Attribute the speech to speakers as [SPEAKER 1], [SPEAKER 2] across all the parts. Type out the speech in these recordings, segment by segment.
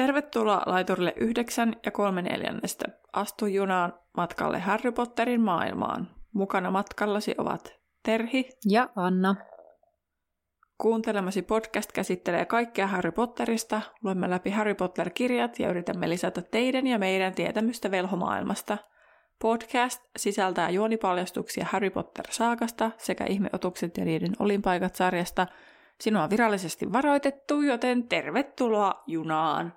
[SPEAKER 1] Tervetuloa laiturille 9 ja 3/4. Astu junaan matkalle Harry Potterin maailmaan. Mukana matkallasi ovat Terhi
[SPEAKER 2] ja Anna.
[SPEAKER 1] Kuuntelemasi podcast käsittelee kaikkea Harry Potterista, luemme läpi Harry Potter-kirjat ja yritämme lisätä teidän ja meidän tietämystä velhomaailmasta. Podcast sisältää juonipaljastuksia Harry Potter-saakasta sekä ihmeotukset ja niiden olinpaikat-sarjasta. Sinua on virallisesti varoitettu, joten tervetuloa junaan!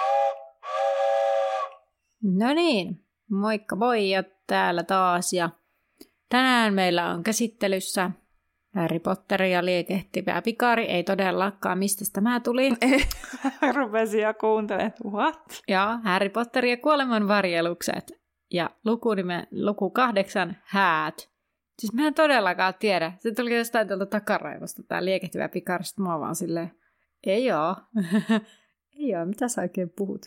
[SPEAKER 2] No niin, moikka pojat täällä taas ja tänään meillä on käsittelyssä Harry Potter ja liekehtivä pikari, ei todellakaan, mistä tämä tuli.
[SPEAKER 1] Rupesin ja kuuntelen, what?
[SPEAKER 2] Ja Harry Potter ja kuoleman varjelukset ja luku 8, häät. Siis mä en todellakaan tiedä, se tuli jostain tuolta takaraivosta tää liekehtivä pikari, sitten mä vaan silleen, ei oo, ei oo, mitä sä oikein puhut?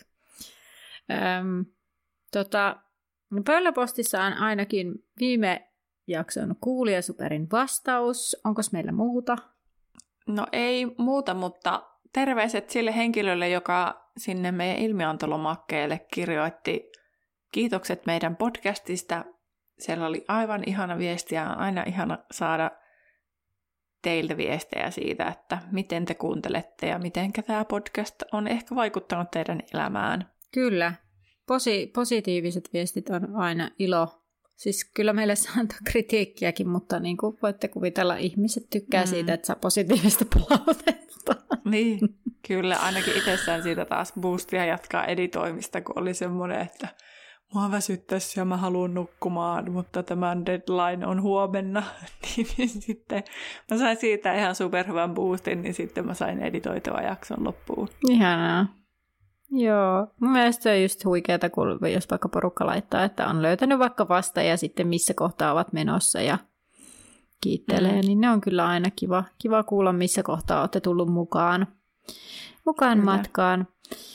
[SPEAKER 2] Pöllöpostissa on ainakin viime jakson kuulijasuperin vastaus. Onko meillä muuta?
[SPEAKER 1] No ei muuta, mutta terveiset sille henkilölle, joka sinne meidän ilmiantolomakkeelle kirjoitti kiitokset meidän podcastista. Siellä oli aivan ihana viesti ja aina ihana saada teiltä viestejä siitä, että miten te kuuntelette ja miten tämä podcast on ehkä vaikuttanut teidän elämään.
[SPEAKER 2] Kyllä. Positiiviset viestit on aina ilo. Siis kyllä meille saa antaa kritiikkiäkin, mutta niin kuin voitte kuvitella, ihmiset tykkää siitä, että saa positiivista palautetta.
[SPEAKER 1] Niin, kyllä. Ainakin itsessään siitä taas boostia jatkaa editoimista, kun oli semmoinen, että mua väsyttäisi ja mä haluan nukkumaan, mutta tämän deadline on huomenna. Niin sitten mä sain siitä ihan superhyvän boostin, niin sitten mä sain editoitua jakson loppuun.
[SPEAKER 2] Ihanaa. Joo, mun mielestä se on just huikeata, kun jos vaikka porukka laittaa, että on löytänyt vaikka vasta ja sitten missä kohtaa ovat menossa ja kiittelee, niin ne on kyllä aina kiva kuulla, missä kohtaa olette tullut mukaan matkaan.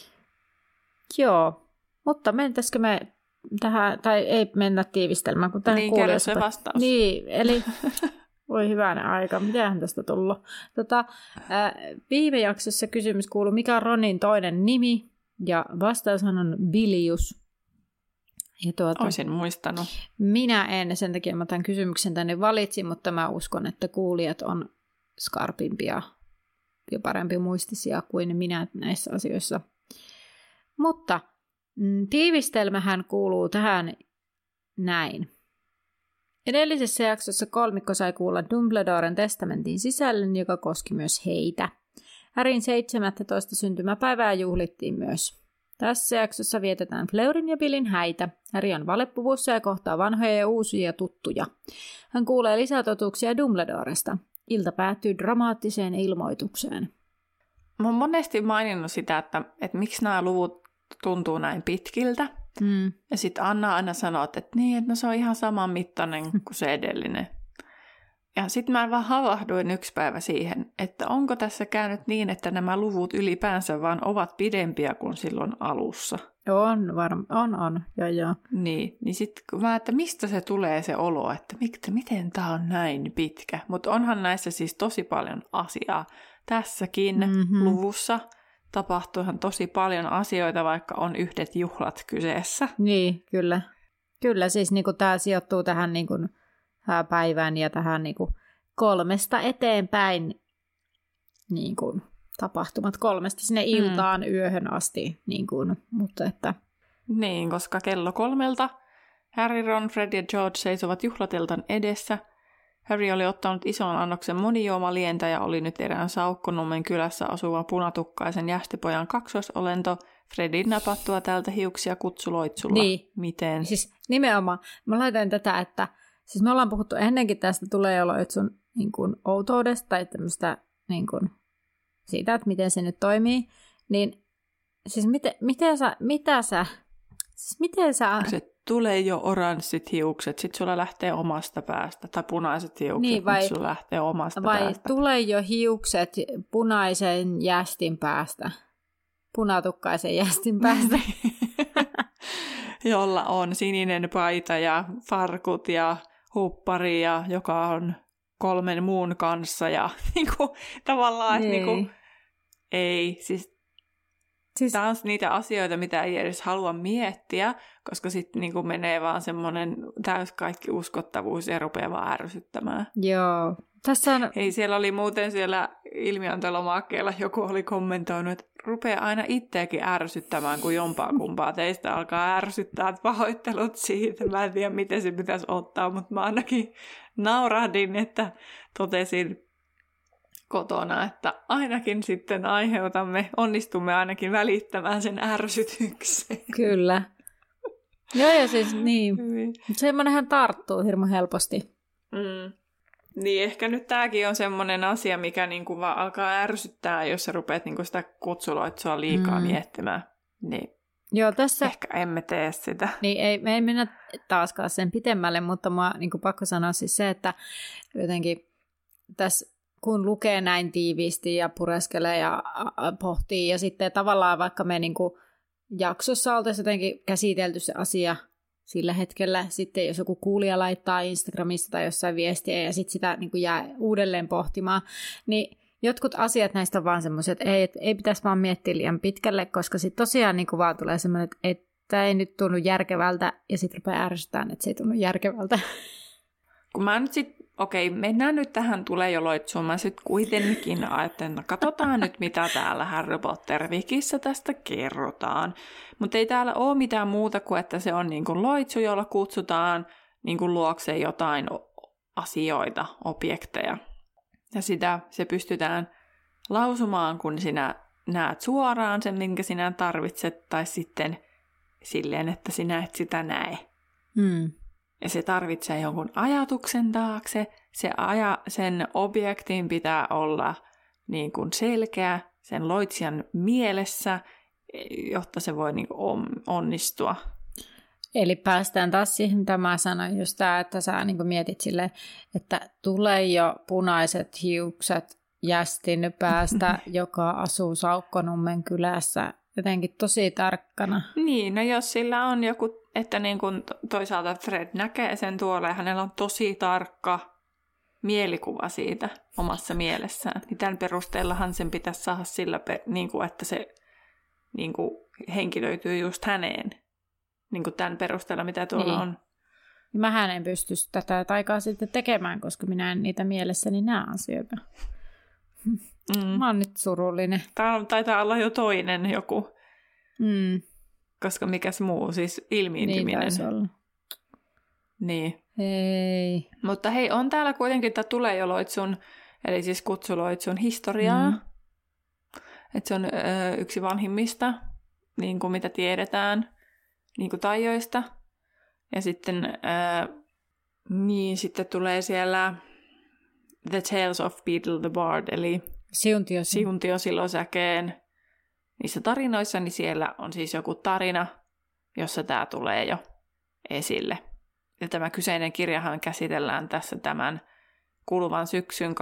[SPEAKER 2] Joo, mutta mentäisikö me tähän, tai ei mennä tiivistelmään, kun tähän
[SPEAKER 1] niin, kerro se vastaus.
[SPEAKER 2] Niin, eli voi hyvänä aika, mitähän tästä tullut. Viime jaksossa kysymys kuului, mikä on Ronin toinen nimi? Ja vastaushan on Bilius. Ja
[SPEAKER 1] olisin muistanut.
[SPEAKER 2] Minä en, sen takia mä tämän kysymyksen tänne valitsin, mutta mä uskon, että kuulijat on skarpimpia ja parempi muistisia kuin minä näissä asioissa. Mutta tiivistelmähän kuuluu tähän näin. Edellisessä jaksossa kolmikko sai kuulla Dumbledoren testamentin sisällön, joka koski myös heitä. Harryn 17. syntymäpäivää juhlittiin myös. Tässä jaksossa vietetään Fleurin ja Billin häitä. Harry on valepuvussa ja kohtaa vanhoja ja uusia tuttuja. Hän kuulee lisätotuuksia Dumbledoresta. Ilta päättyy dramaattiseen ilmoitukseen.
[SPEAKER 1] Mä oon monesti maininnut sitä, että miksi nämä luvut tuntuu näin pitkiltä. Ja sitten Anna aina sanoo, että no se on ihan saman mittainen kuin se edellinen. Ja sitten mä vaan havahduin yksi päivä siihen, että onko tässä käynyt niin, että nämä luvut ylipäänsä vaan ovat pidempiä kuin silloin alussa.
[SPEAKER 2] On. Joo.
[SPEAKER 1] Niin sitten että mistä se tulee se olo, että miten tämä on näin pitkä. Mutta onhan näissä siis tosi paljon asiaa. Tässäkin luvussa tapahtuihan tosi paljon asioita, vaikka on yhdet juhlat kyseessä.
[SPEAKER 2] Niin, kyllä. Kyllä, siis niinku tämä sijoittuu tähän niinku päivään ja tähän niinku 3 eteenpäin niinku tapahtumat 3 sinne iltaan yöhön asti. Niinku, mutta että
[SPEAKER 1] niin, koska kello 3 Harry, Ron, Fred ja George seisovat juhlateltan edessä. Harry oli ottanut ison annoksen monijuomalientä ja oli nyt erään Saukkonummen kylässä asuva punatukkaisen jästipojan kaksoisolento Fredin napattua tältä hiuksia kutsuloitsulla. Niin. Miten?
[SPEAKER 2] Siis nimenomaan. Mä laitan tätä, että siis me ollaan puhuttu ennenkin tästä tulee olla sun niin kuin outoudesta tai tämmöistä niin kuin siitä, että miten se nyt toimii. Niin siis miten sä
[SPEAKER 1] se tulee jo oranssit hiukset, sit sulla lähtee omasta päästä, tai punaiset hiukset, niin, vai sulla lähtee omasta päästä.
[SPEAKER 2] Vai tulee jo hiukset punaisen jästin päästä, punatukkaisen jästin päästä.
[SPEAKER 1] Jolla on sininen paita ja farkut ja huppari, ja joka on 3 muun kanssa, ja niinku, tavallaan, että niinku, ei, siis
[SPEAKER 2] Siis...
[SPEAKER 1] taas niitä asioita, mitä ei edes halua miettiä, koska sitten niinku menee vaan semmoinen täys kaikki uskottavuus ja rupeaa vaan ärsyttämään.
[SPEAKER 2] Joo. Tässä on...
[SPEAKER 1] Hei, siellä oli muuten siellä ilmiantelomaakkeella joku oli kommentoinut, että rupeaa aina itseäkin ärsyttämään, kun jompaa kumpaa teistä alkaa ärsyttää, että pahoittelut siitä. Mä en tiedä, miten se pitäisi ottaa, mutta mä ainakin naurahdin, että totesin kotona, että ainakin sitten onnistumme ainakin välittämään sen ärsytyksen.
[SPEAKER 2] Kyllä. Joo, ja siis niin. Semmoinenhan tarttuu hirmu helposti.
[SPEAKER 1] Niin, ehkä nyt tämäkin on semmoinen asia, mikä niinku vaan alkaa ärsyttää, jos sä rupeat niinku sitä kutsuloitsua liikaa miettimään. Niin
[SPEAKER 2] joo, tässä...
[SPEAKER 1] ehkä emme tee sitä.
[SPEAKER 2] Niin, me ei mennä taaskaan sen pitemmälle, mutta mä niinku pakko sanoa siis se, että jotenkin tässä kun lukee näin tiiviisti ja pureskelee ja pohtii, ja sitten tavallaan vaikka me niinku jaksossa oltaisiin jotenkin käsitelty se asia sillä hetkellä, sitten jos joku kuulija laittaa Instagramista tai jossain viestiä ja sitten sitä niinku jää uudelleen pohtimaan, niin jotkut asiat näistä on vaan semmoiset, että ei pitäisi vaan miettiä liian pitkälle, koska sitten tosiaan niinku vaan tulee semmoinen, että ei nyt tunnu järkevältä, ja sitten rupeaa ärsyttämään, että se ei tunnu järkevältä.
[SPEAKER 1] Kun mä nyt sitten, mennään nyt tähän Tule jo loitsuun, mä sitten kuitenkin ajattelen, että katsotaan nyt mitä täällä Harry Potter-wikissä tästä kerrotaan. Mutta ei täällä ole mitään muuta kuin, että se on niin kuin loitsu, jolla kutsutaan niin kuin luokseen jotain asioita, objekteja. Ja sitä se pystytään lausumaan, kun sinä näet suoraan sen, minkä sinä tarvitset, tai sitten silleen, että sinä et sitä näe. Ja se tarvitsee jonkun ajatuksen taakse. Sen objektin pitää olla niin kuin selkeä sen loitsijan mielessä, jotta se voi niin kuin onnistua. Eli
[SPEAKER 2] päästään taas siihen, mitä mä sanoin, just tämä, että sä niin kuin mietit silleen, että tulee jo punaiset hiukset jästin päästä, joka asuu Saukkonummen kylässä, jotenkin tosi tarkkana.
[SPEAKER 1] Niin, no jos sillä on joku, että niin kuin toisaalta Fred näkee sen tuolla ja hänellä on tosi tarkka mielikuva siitä omassa mielessään, niin tämän perusteellahan sen pitäisi saada sillä, niin kuin, että se niin kuin henkilöityy just häneen. Niin kuin tämän perusteella, mitä tuolla on.
[SPEAKER 2] Mähän en pysty tätä taikaa sitten tekemään, koska minä en niitä mielessäni näe asioita. Mä oon nyt surullinen.
[SPEAKER 1] Tää taitaa olla jo toinen joku. Koska mikäs muu, siis ilmiintyminen.
[SPEAKER 2] Niin taisi olla.
[SPEAKER 1] Niin.
[SPEAKER 2] Hei.
[SPEAKER 1] Mutta hei, on täällä kuitenkin, että Tule jo loitsun, eli siis kutsuloitsun historiaa. Että se on yksi vanhimmista, niin kuin mitä tiedetään, niin kuin taijoista. Ja sitten, niin sitten tulee siellä The Tales of Beedle the Bard, eli Siuntiosillosäkeen. Niissä tarinoissa, niin siellä on siis joku tarina, jossa tämä tulee jo esille. Ja tämä kyseinen kirjahan käsitellään tässä tämän kuluvan syksyn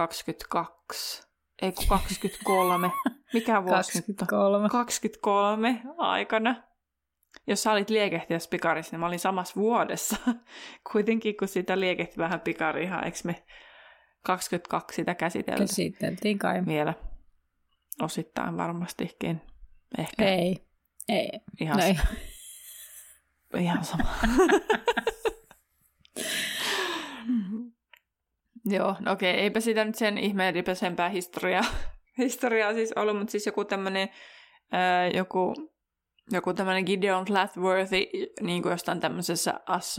[SPEAKER 1] 23. Mikä vuosi
[SPEAKER 2] 23.
[SPEAKER 1] 23 aikana. Jos sä olit liekehtiäs pikarissa, niin mä olin samassa vuodessa. Kuitenkin, kun sitä liekehti vähän pikarihan, eikö me 22 sitä käsitelty?
[SPEAKER 2] Käsiteltiin kai.
[SPEAKER 1] Vielä osittain varmastikin. Ehkä.
[SPEAKER 2] Ei.
[SPEAKER 1] Ihan,
[SPEAKER 2] no ei.
[SPEAKER 1] Ihan sama. Joo, no okei, eipä sitä nyt sen ihmeellisempää historiaa siis ollut, mutta siis joku tämmöinen joku tämmöinen Gideon Flathworthy niin kuin jostain tämmöisessä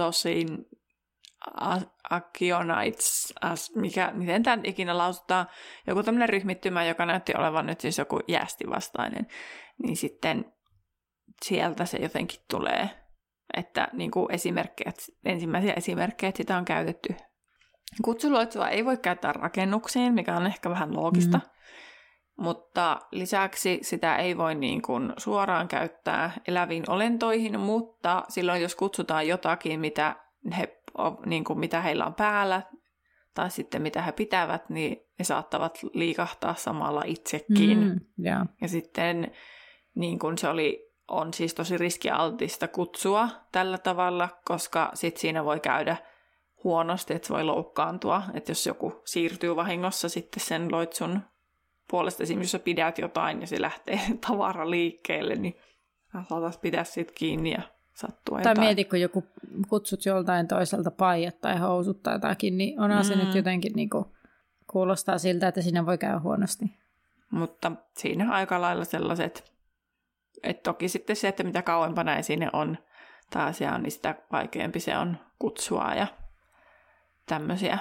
[SPEAKER 1] Akkionites, miten tämä ikinä lausutaan, joku tämmöinen ryhmittymä, joka näytti olevan nyt siis joku jäästivastainen, niin sitten sieltä se jotenkin tulee, että niin kuin ensimmäisiä esimerkkejä, että sitä on käytetty. Kutsuloitsua ei voi käyttää rakennuksiin, mikä on ehkä vähän loogista, mutta lisäksi sitä ei voi niin kuin suoraan käyttää eläviin olentoihin, mutta silloin jos kutsutaan jotakin, mitä heillä on päällä, tai sitten mitä he pitävät, niin ne saattavat liikahtaa samalla itsekin.
[SPEAKER 2] Yeah.
[SPEAKER 1] Ja sitten niin kuin on siis tosi riskialtista kutsua tällä tavalla, koska sitten siinä voi käydä huonosti, että se voi loukkaantua, että jos joku siirtyy vahingossa sitten sen loitsun puolesta esimerkiksi, jos sä pidät jotain ja se lähtee tavara liikkeelle, niin saatais pitää siitä kiinni ja sattua jotain.
[SPEAKER 2] Tai mieti, kun joku kutsut joltain toiselta paijat tai housut tai jotakin, niin onhan se nyt jotenkin niinku, kuulostaa siltä, että siinä voi käydä huonosti.
[SPEAKER 1] Mutta siinä aika lailla sellaiset, että toki sitten se, että mitä kauempana esine on tämä asia on, niin sitä vaikeampi se on kutsua ja tämmöisiä.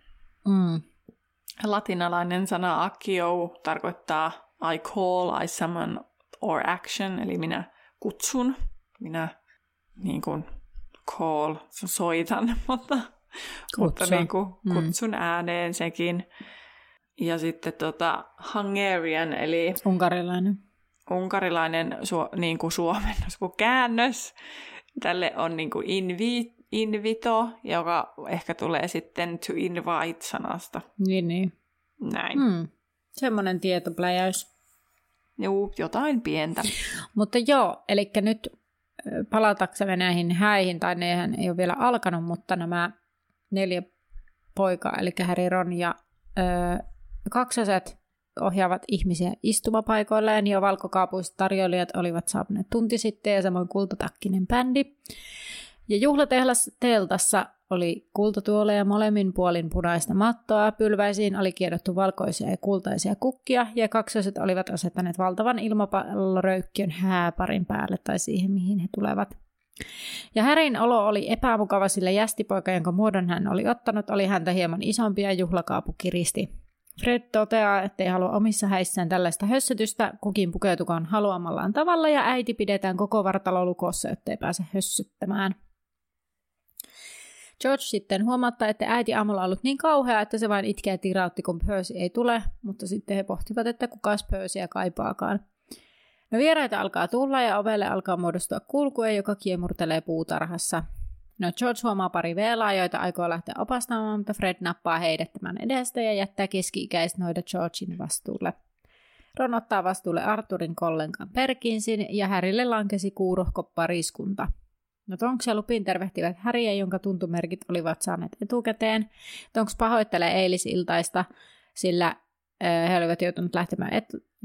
[SPEAKER 1] Latinalainen sana accio tarkoittaa I call, I summon or action, eli minä kutsun, minä niin kuin call, soitan, mutta niin kuin kutsun ääneen sekin. Ja sitten Hungarian, eli unkarilainen niin kuin suomennos, kun käännös. Tälle on niin kuin invito, joka ehkä tulee sitten to invite-sanasta.
[SPEAKER 2] Niin.
[SPEAKER 1] Näin.
[SPEAKER 2] Semmoinen tietopläjäys.
[SPEAKER 1] Juu, jotain pientä.
[SPEAKER 2] Mutta joo, eli nyt palataksemme näihin häihin, tai nehän ei ole vielä alkanut, mutta nämä 4 poikaa, eli Harry, Ron ja kaksoset ohjaavat ihmisiä istumapaikoilleen, ja valkokaapuiset tarjoilijat olivat saapuneet tunti sitten, ja samoin kultatakkinen bändi. Ja juhlateltassa oli kultatuoleja molemmin puolin punaista mattoa, pylväisiin oli kiedottu valkoisia ja kultaisia kukkia, ja kaksoset olivat asettaneet valtavan ilmapalloröykkiön hääparin päälle tai siihen, mihin he tulevat. Ja Harryn olo oli epämukava, sillä jästipoika, jonka muodon hän oli ottanut, oli häntä hieman isompi ja juhlakaapu kiristi. Fred toteaa, ettei halua omissa häissään tällaista hössötystä, kukin pukeutukaan haluamallaan tavalla, ja äiti pidetään koko vartalo lukossa, ettei pääse hössyttämään. George sitten huomattaa, että äiti aamulla on ollut niin kauhea, että se vain itkee tirautti, kun Percy ei tule, mutta sitten he pohtivat, että kukas Percyä kaipaakaan. No vieraita alkaa tulla ja ovelle alkaa muodostua kulkue, joka kiemurtelee puutarhassa. No George huomaa pari veelaa, joita aikoo lähteä opastamaan, mutta Fred nappaa heidät tämän edestä ja jättää keski-ikäiset noida Georgin vastuulle. Ron ottaa vastuulle Arthurin kollenkan Perkinsin ja Harrylle lankesi kuurohko pariskunta. No Tonks ja Lupin tervehtivät Harryä, jonka tuntumerkit olivat saaneet etukäteen. Tonks pahoittelee eilisiltaista, sillä he olivat joutuneet lähtemään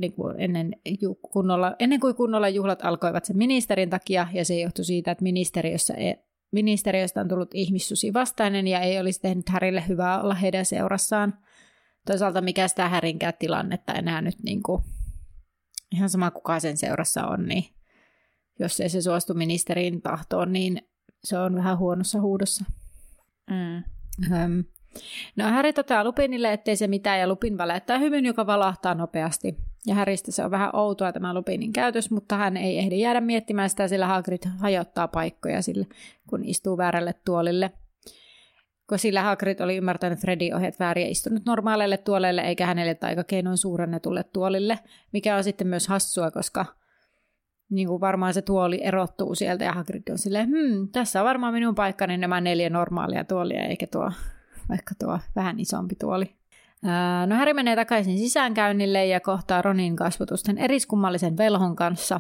[SPEAKER 2] ennen kuin kunnolla juhlat alkoivat sen ministerin takia, ja se johtui siitä, että ministeriöstä on tullut ihmissusi vastainen ja ei olisi tehnyt Harrylle hyvää olla heidän seurassaan. Toisaalta mikä sitä Harrynkään tilannetta enää nyt ihan sama kuka sen seurassa on, niin jos ei se suostu ministerin tahtoon, niin se on vähän huonossa huudossa. No Harry toteaa Lupinille, ettei se mitään, ja Lupin välättää hymyn, joka valahtaa nopeasti. Ja Harrystä se on vähän outoa tämä Lupinin käytös, mutta hän ei ehdi jäädä miettimään sitä, sillä Hagrid hajottaa paikkoja sille, kun istuu väärälle tuolille. Sillä Hagrid oli ymmärtänyt Fredin ohjeet väärin ja istunut normaaleille tuoleille, eikä hänelle taikakeinoin suurennetulle tuolille, mikä on sitten myös hassua, koska niin kuin varmaan se tuoli erottuu sieltä, ja Hagrid on silleen, tässä on varmaan minun paikkani nämä 4 normaalia tuolia, eikä vaikka tuo vähän isompi tuoli. No Harry menee takaisin sisäänkäynnille ja kohtaa Ronin kasvotusten eriskummallisen velhon kanssa.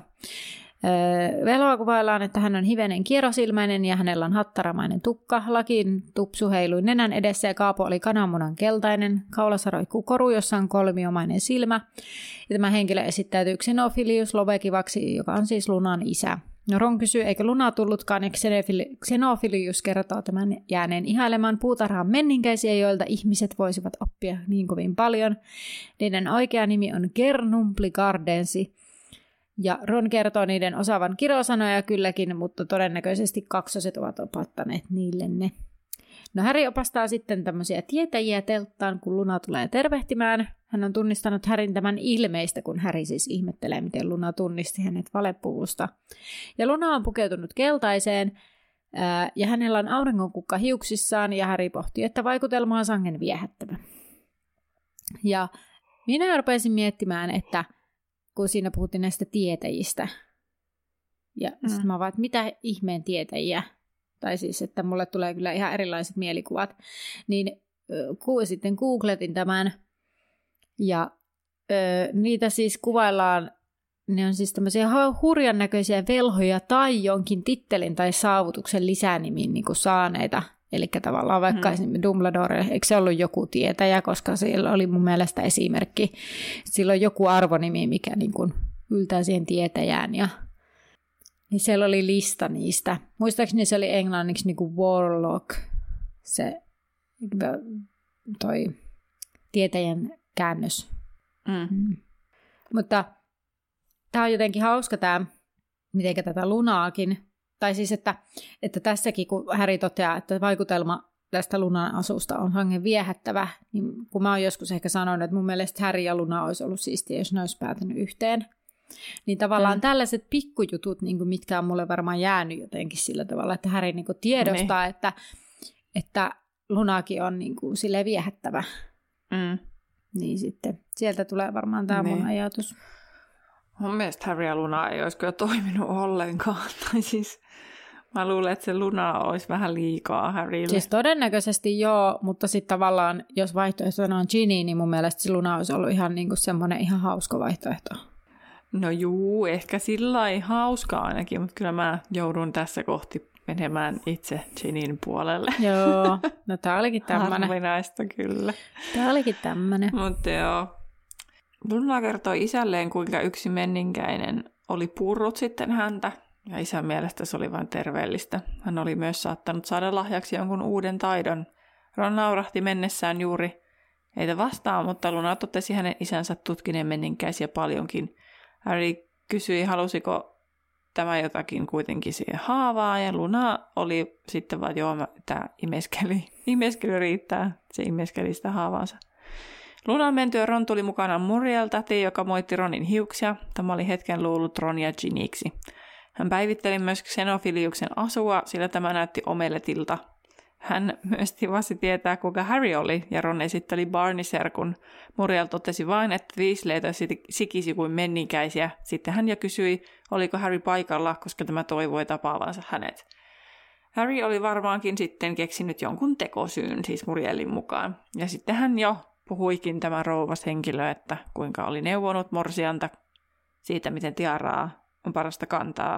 [SPEAKER 2] Velhoa kuvaillaan, että hän on hivenen kierrosilmäinen ja hänellä on hattaramainen tukka. Lakin tupsu heilui nenän edessä ja kaapo oli kananmunan keltainen. Kaulassa roikkuu koru, jossa on kolmiomainen silmä. Ja tämä henkilö esittäytyy Xenophilius Lovekivaksi, joka on siis Lunan isä. No Ron kysyy, eikö Luna tullutkaan, ja Xenophilius kertoo tämän jääneen ihailemaan puutarhaan menninkäisiä, joilta ihmiset voisivat oppia niin kovin paljon. Niiden oikea nimi on Gernumpligardensi, ja Ron kertoo niiden osaavan kirosanoja kylläkin, mutta todennäköisesti kaksoset ovat opattaneet niille ne. No Harry opastaa sitten tämmöisiä tietäjiä telttaan, kun Luna tulee tervehtimään. Hän on tunnistanut Harryn tämän ilmeistä, kun Harry siis ihmettelee, miten Luna tunnisti hänet valepuvusta. Ja Luna on pukeutunut keltaiseen, ja hänellä on auringonkukka hiuksissaan, ja Harry pohtii, että vaikutelma on sangen viehättävä. Ja minä rupesin miettimään, että kun siinä puhuttiin näistä tietäjistä, ja sitten mä vaan, että mitä ihmeen tietäjiä, tai siis, että mulle tulee kyllä ihan erilaiset mielikuvat, niin sitten googletin tämän, ja niitä siis kuvaillaan, ne on siis tämmöisiä hurjan näköisiä velhoja tai jonkin tittelin tai saavutuksen lisänimin niin kuin saaneita. Eli tavallaan vaikka esimerkiksi Dumbledore, eikö se ollut joku tietäjä, koska siellä oli mun mielestä esimerkki. Sillä on joku arvonimi, mikä niin kuin yltää siihen tietäjään. Ja niin siellä oli lista niistä. Muistaakseni se oli englanniksi niin kuin warlock, se toi tietäjän käännös. Mutta tämä on jotenkin hauska tämä, miten tätä Lunaakin, tai siis että tässäkin kun Harry toteaa, että vaikutelma tästä Lunan asusta on hangen viehättävä, niin kun mä oon joskus ehkä sanonut, että mun mielestä Harry ja Luna olisi ollut siistiä, jos ne olisi päätynyt yhteen, niin tavallaan tällaiset pikkujutut, niin kuin mitkä on mulle varmaan jäänyt jotenkin sillä tavalla, että Harry niin kuin tiedostaa, että Lunakin on niin kuin silleen viehättävä. Niin sitten sieltä tulee varmaan tämä mun ajatus.
[SPEAKER 1] Mun mielestä Harry ja Luna ei olisi kyllä toiminut ollenkaan. Tai siis mä luulen, että se Luna olisi vähän liikaa Harrylle.
[SPEAKER 2] Siis todennäköisesti joo, mutta sitten tavallaan, jos vaihtoehtona on Ginny, niin mun mielestä se Luna olisi ollut ihan niinku semmoinen ihan hauska vaihtoehto.
[SPEAKER 1] No juu, ehkä sillä hauska ainakin, mutta kyllä mä joudun tässä kohti menemään itse Ginnyn puolelle.
[SPEAKER 2] Joo, no tää olikin tämmönen.
[SPEAKER 1] Harvinaista kyllä.
[SPEAKER 2] Tää olikin tämmönen.
[SPEAKER 1] Mutta joo. Luna kertoi isälleen, kuinka yksi menninkäinen oli purrut sitten häntä, ja isän mielestä se oli vain terveellistä. Hän oli myös saattanut saada lahjaksi jonkun uuden taidon. Ron naurahti mennessään juuri heitä vastaan, mutta Luna totesi hänen isänsä tutkineen menninkäisiä paljonkin. Harry kysyi, halusiko tämä jotakin kuitenkin siihen haavaa, ja Luna oli sitten vaan, joo, tämä imeskely riittää, se imeskeli sitä haavaansa. Lunan mentyä Ron tuli mukanaan Muriel, täti, joka moitti Ronin hiuksia. Tämä oli hetken luullut Ronia Ginnyksi. Hän päivitteli myös Xenofiliuksen asua, sillä tämä näytti omeletilta. Hän myös tivasi tietää, kuinka Harry oli, ja Ron esitteli Barney-serkun. Muriel totesi vain, että Weasleytä sikisi kuin menninkäisiä. Sitten hän jo kysyi, oliko Harry paikalla, koska tämä toivoi tapaavansa hänet. Harry oli varmaankin sitten keksinyt jonkun tekosyyn, siis Murielin mukaan. Ja sitten hän jo puhuikin tämä rouvas henkilö, että kuinka oli neuvonut morsianta siitä, miten tiaraa on parasta kantaa.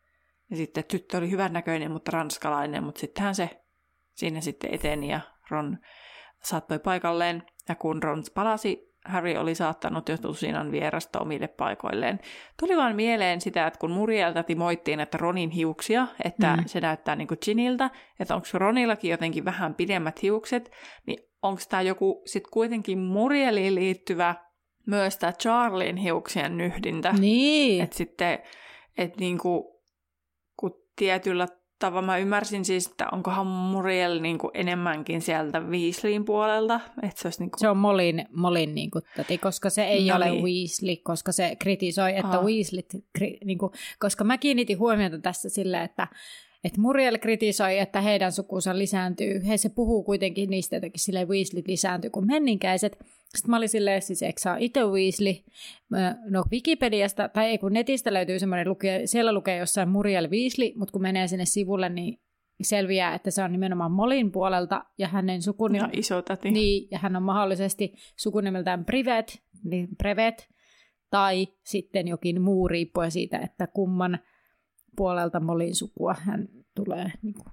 [SPEAKER 1] Ja sitten tyttö oli hyvännäköinen, mutta ranskalainen, mutta sittenhän se siinä sitten eteni ja Ron saattoi paikalleen. Ja kun Ron palasi, Harry oli saattanut jo tusinan vierasta omille paikoilleen. Tuli vaan mieleen sitä, että kun Murielta timoittiin, että Ronin hiuksia, että se näyttää niin kuin Giniltä, että onko Ronillakin jotenkin vähän pidemmät hiukset, niin onko tämä joku sitten kuitenkin Murieliin liittyvä myös tämä Charlien hiuksien nyhdintä?
[SPEAKER 2] Niin.
[SPEAKER 1] Että sitten, että niinku, kun tietyllä tavalla mä ymmärsin siis, että onkohan Muriel niinku enemmänkin sieltä Weasleyn puolelta. Että se, olisi niinku...
[SPEAKER 2] se on Molin niinku täti, koska se ei ole Weasley, koska se kritisoi, että Weasleyt, niinku, koska mä kiinnitin huomiota tässä silleen, että Muriel kritisoi, että heidän sukunsa lisääntyy. Se puhuu kuitenkin niistä jotenkin silleen, Weasleyt lisääntyy kuin menninkäiset. Sitten mä olin silleen, siis eikö saa itse Weasley? No Wikipediasta, tai ei kun netistä löytyy semmoinen, siellä lukee jossain Muriel Weasley, mutta kun menee sinne sivulle, niin selviää, että se on nimenomaan Molin puolelta, ja hänen
[SPEAKER 1] ja iso täti.
[SPEAKER 2] Niin, ja hän on mahdollisesti sukunimeltään Brevet, tai sitten jokin muu riippuen siitä, että kumman puolelta Molin sukua hän tulee. Niin kuin.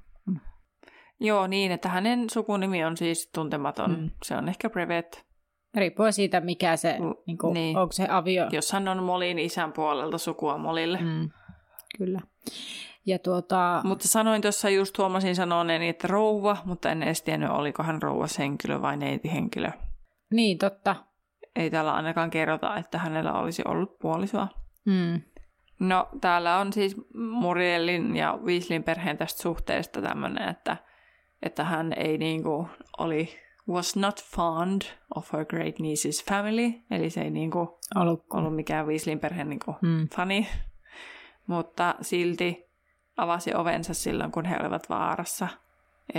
[SPEAKER 1] Joo, niin, että hänen sukunimi on siis tuntematon. Se on ehkä Brevet.
[SPEAKER 2] Riippuen siitä, mikä se, niin. Onko se avio.
[SPEAKER 1] Jos hän on Molin isän puolelta sukua Molille.
[SPEAKER 2] Kyllä. Ja
[SPEAKER 1] Mutta sanoin tuossa, just huomasin sanoneeni, että rouva, mutta en edes tiennyt, oliko hän rouvashenkilö vai neitihenkilö.
[SPEAKER 2] Niin, totta.
[SPEAKER 1] Ei täällä ainakaan kerrota, että hänellä olisi ollut puolisoa. No, täällä on siis Murielin ja Weasleyn perheen tästä suhteesta tämmöinen, että hän ei niinku was not fond of her great niece's family, eli se ei niinku ollut mikään Weasleyn perheen niinku fani, mutta silti avasi ovensa silloin, kun he olivat vaarassa. Ja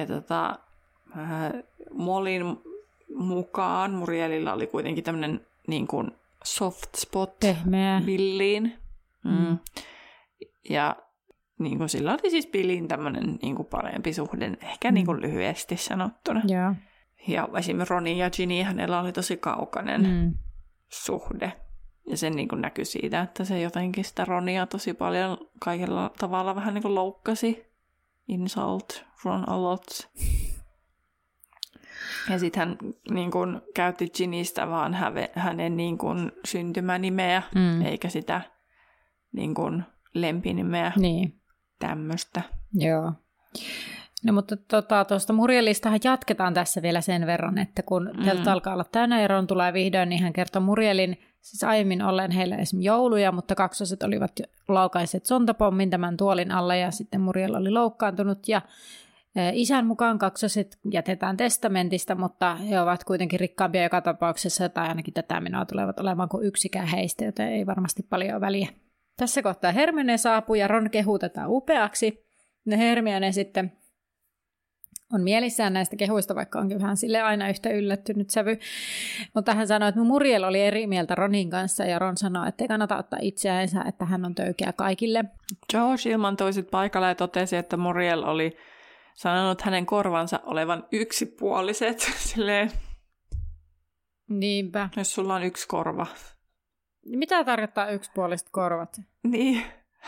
[SPEAKER 1] Molin mukaan Murielilla oli kuitenkin tämmöinen niinku soft spot Billiin. Ja niin kuin sillä oli siis Billin tämmöinen niin kuin parempi suhde, ehkä niin kuin lyhyesti sanottuna.
[SPEAKER 2] Yeah.
[SPEAKER 1] Ja esimerkiksi Ronin ja Ginny, hänellä oli tosi kaukainen suhde. Ja se niin kuin näkyi siitä, että se jotenkin sitä Ronia tosi paljon kaikella tavalla vähän niin kuin loukkasi. Insult Ron a lot. Ja sitten hän niin kun, käytti Ginnystä vaan hänen niin kun, syntymänimeä, eikä sitä niin kun, lempinimeä.
[SPEAKER 2] Niin.
[SPEAKER 1] Tämmöistä.
[SPEAKER 2] Joo. No mutta tuosta Murielistahan jatketaan tässä vielä sen verran, että kun teltta alkaa olla täynnä ja Ron tulee vihdoin, niin hän kertoo Murielin siis aiemmin olleen heillä esimerkiksi jouluja, mutta kaksoset olivat laukaiset sontapommin tämän tuolin alla ja sitten Muriel oli loukkaantunut ja isän mukaan kaksoset jätetään testamentista, mutta he ovat kuitenkin rikkaampia joka tapauksessa, tai ainakin tätä menoa tulevat olemaan kuin yksikään heistä, joten ei varmasti paljon väliä. Tässä kohtaa Hermione saapuu ja Ron kehuu tätä upeaksi. Ja Hermione sitten on mielissään näistä kehuista, vaikka onkin vähän sille aina yhtä yllättynyt sävy. Mutta hän sanoi, että Muriel oli eri mieltä Ronin kanssa ja Ron sanoi, että ei kannata ottaa itseänsä, että hän on töykeä kaikille.
[SPEAKER 1] George ilmantui sitten paikalle ja totesi, että Muriel oli sanonut hänen korvansa olevan yksipuoliset. Silleen,
[SPEAKER 2] niinpä.
[SPEAKER 1] Jos sulla on yksi korva.
[SPEAKER 2] Mitä tarkoittaa yksipuoliset korvat?
[SPEAKER 1] Niin.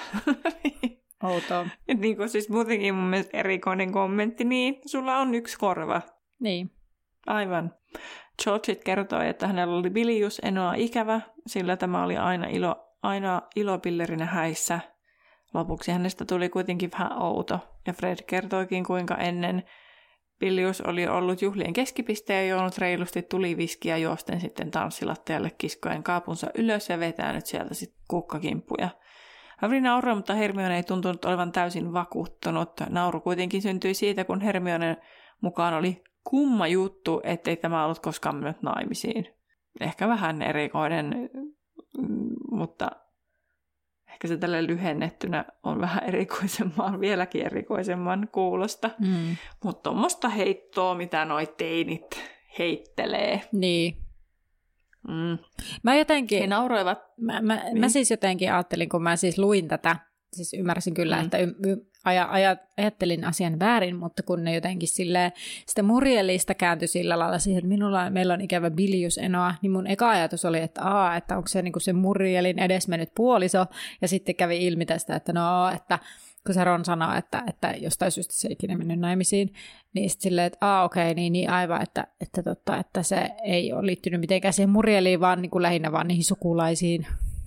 [SPEAKER 2] Outoa.
[SPEAKER 1] Niin kuin siis muutenkin mun mielestä erikoinen kommentti, niin sulla on yksi korva.
[SPEAKER 2] Niin.
[SPEAKER 1] Aivan. George kertoi, että hänellä oli biliusenoa ikävä, sillä tämä oli aina ilopillerinä häissä. Lopuksi hänestä tuli kuitenkin vähän outo, ja Fred kertoikin, kuinka ennen Bilius oli ollut juhlien keskipiste ja juonut reilusti tuliviskiä juosten sitten tanssilattialle kiskoen kaapunsa ylös ja vetänyt sieltä sitten kukkakimppuja. Harry nauroi, mutta Hermione ei tuntunut olevan täysin vakuuttunut. Nauru kuitenkin syntyi siitä, kun Hermionen mukaan oli kumma juttu, ettei tämä ollut koskaan mennyt naimisiin. Ehkä vähän erikoinen, mutta ehkä se tälle lyhennettynä on vähän erikoisemman, vieläkin erikoisemman kuulosta. Mutta tuommoista heittoa, mitä noi teinit heittelee.
[SPEAKER 2] Niin. Mä jotenkin...
[SPEAKER 1] He nauroivat.
[SPEAKER 2] Mä siis jotenkin ajattelin, kun mä siis luin tätä, siis ymmärsin kyllä, että ajattelin asian väärin, mutta kun ne jotenkin silleen, sitä Murielista kääntyi sillä lailla siihen, että meillä on ikävä biliusenoa, niin mun eka ajatus oli, että onko se niinku se Murielin edesmennyt puoliso, ja sitten kävi ilmi tästä, että että kun se Ron sanoo, että jostain syystä se ei ikinä mennyt naimisiin, niin sitten silleen, että okei, niin aivan, että se ei ole liittynyt mitenkään siihen Murieliin, vaan niin kuin lähinnä vaan niihin sukulaisiin.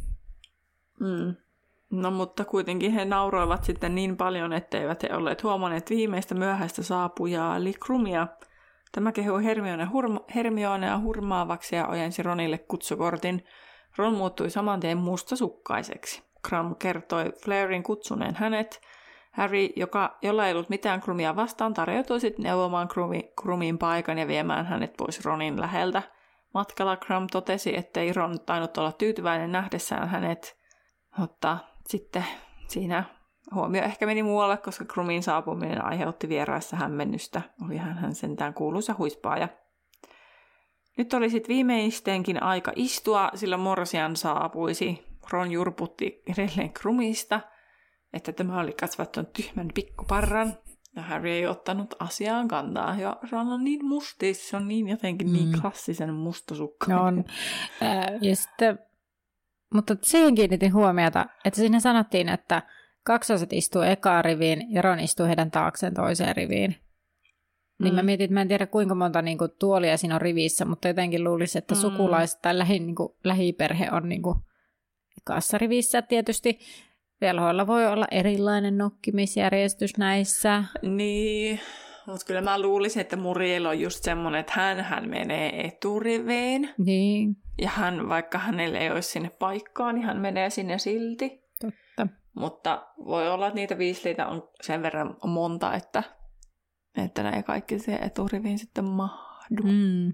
[SPEAKER 1] No mutta kuitenkin he nauroivat sitten niin paljon, etteivät he olleet huomanneet viimeistä myöhäistä saapujaa, eli Krumia. Tämä kehui Hermionea hurmaavaksi ja ojensi Ronille kutsukortin. Ron muuttui saman tien mustasukkaiseksi. Krum kertoi Flairin kutsuneen hänet. Harry, jolla ei ollut mitään Krumia vastaan, tarjoutui sitten neuvomaan Krumin paikan ja viemään hänet pois Ronin läheltä. Matkalla Krum totesi, ettei Ron tainnut olla tyytyväinen nähdessään hänet, mutta sitten siinä huomio ehkä meni muualle, koska Krumin saapuminen aiheutti vieraissa hämmennystä. Olihan hän sentään kuuluisa huispaaja. Nyt oli sitten viimeisteenkin aika istua, sillä morsian saapuisi. Ron jurputti edelleen Krumista, että tämä oli kasvattanut tyhmän pikkuparran. Ja Harry ei ottanut asiaan kantaa. Ja Ron on niin musti, se on niin jotenkin niin klassisen mustasukkainen.
[SPEAKER 2] On. Ja sitten, mutta siihen kiinnitin huomiota, että siinä sanottiin, että kaksoset istuu ekaan riviin ja Ron istuu heidän taakseen toiseen riviin. Niin mä mietin, että mä en tiedä kuinka monta niin kuin, tuolia siinä on rivissä, mutta jotenkin luulisin, että sukulaiset tai lähiperhe on niin kuin, kassarivissä tietysti. Velhoilla voi olla erilainen nukkimisjärjestys näissä.
[SPEAKER 1] Niin, mutta kyllä mä luulisin, että Muriel on just semmoinen, että hän menee eturiveen.
[SPEAKER 2] Niin.
[SPEAKER 1] Ja vaikka hänellä ei olisi sinne paikkaa, niin hän menee sinne silti.
[SPEAKER 2] Totta.
[SPEAKER 1] Mutta voi olla, että niitä Weasleytä on sen verran monta, että ne ei kaikki siihen eturiviin sitten mahdu.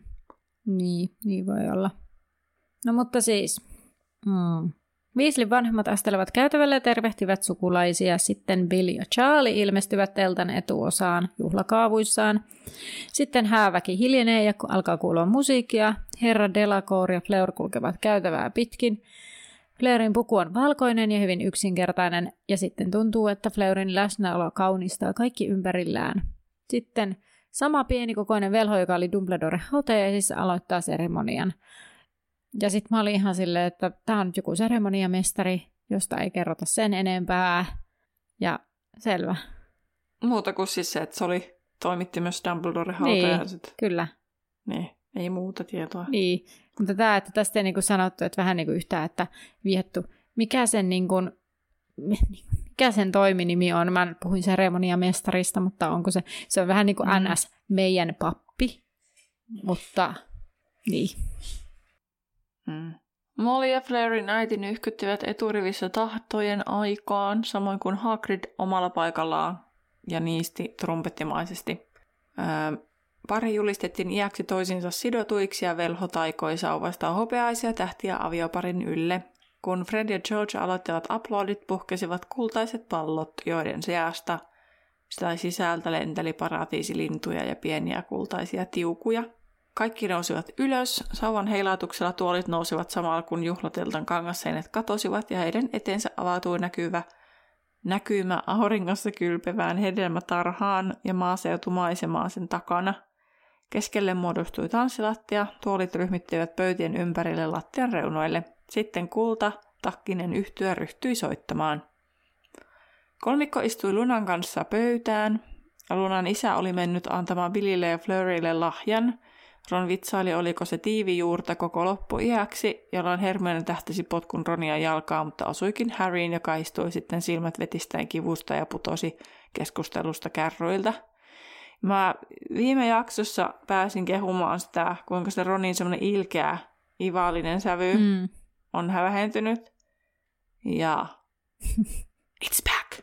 [SPEAKER 2] Niin voi olla. No mutta siis... Weasleyn vanhemmat astelevat käytävälle ja tervehtivät sukulaisia. Sitten Bill ja Charlie ilmestyvät teltan etuosaan juhlakaavuissaan. Sitten hääväki hiljenee ja alkaa kuulua musiikkia. Herra Delacour ja Fleur kulkevat käytävää pitkin. Fleurin puku on valkoinen ja hyvin yksinkertainen, ja sitten tuntuu, että Fleurin läsnäolo kaunistaa kaikki ympärillään. Sitten sama pienikokoinen velho, joka oli Dumbledore hautajaisissa, aloittaa seremonian. Ja sitten mä olin ihan silleen, että tää on nyt joku seremoniamestari, josta ei kerrota sen enempää. Ja selvä.
[SPEAKER 1] Muuta kuin siis se, että se toimitti myös Dumbledore hautajaiset.
[SPEAKER 2] Niin, kyllä.
[SPEAKER 1] Niin, ei muuta tietoa.
[SPEAKER 2] Niin, mutta tämä, että tästä ei niin kuin sanottu, että vähän niin kuin yhtään, että viettu. Mikä sen toiminimi on? Mä puhuin seremoniamestarista, mutta onko se on vähän niin kuin NS meidän pappi, mutta niin.
[SPEAKER 1] Molly ja Flairin äiti nyhkyttivät eturivissä tahtojen aikaan, samoin kuin Hagrid omalla paikallaan ja niisti trumpettimaisesti. Pari julistettiin iäksi toisinsa sidotuiksi ja velho taikoi sauvasta hopeaisia tähtiä avioparin ylle. Kun Fred ja George aloittivat aplodit, puhkesivat kultaiset pallot, joiden seasta sisältä lenteli paratiisilintuja ja pieniä kultaisia tiukuja. Kaikki nousivat ylös, sauvan heilautuksella tuolit nousivat samalla kun juhlateltan kangasseinet katosivat ja heidän eteensä avautui näkymä auringossa kylpevään hedelmätarhaan ja maaseutumaisemaan sen takana. Keskelle muodostui tanssilattia, tuolit ryhmittyivät pöytien ympärille lattian reunoille. Sitten takkinen yhtye ryhtyi soittamaan. Kolmikko istui Lunan kanssa pöytään. Lunan isä oli mennyt antamaan Billille ja Fleurylle lahjan. Ron vitsaili, oliko se tiivijuurta koko loppuiäksi, jolloin Hermione tähtäsi potkun Ronia jalkaan, mutta osuikin Harryin, joka istui sitten silmät vetistäen kivusta ja putosi keskustelusta kärryiltä. Mä viime jaksossa pääsin kehumaan sitä, kuinka se Ronin semmoinen ilkeä, ivallinen sävy on vähentynyt. Ja it's back!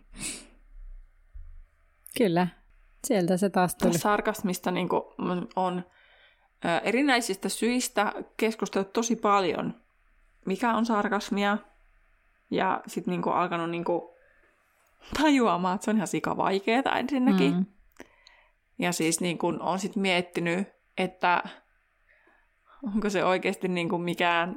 [SPEAKER 2] Kyllä, sieltä se taas tuli.
[SPEAKER 1] Sarkasmista niin on erinäisistä syistä keskustellut tosi paljon, mikä on sarkasmia. Ja sitten niin alkanut niin tajuamaan, että se on ihan sikavaikeeta ensinnäkin. Ja siis niin on sitten miettinyt, että onko se oikeasti niin kuin mikään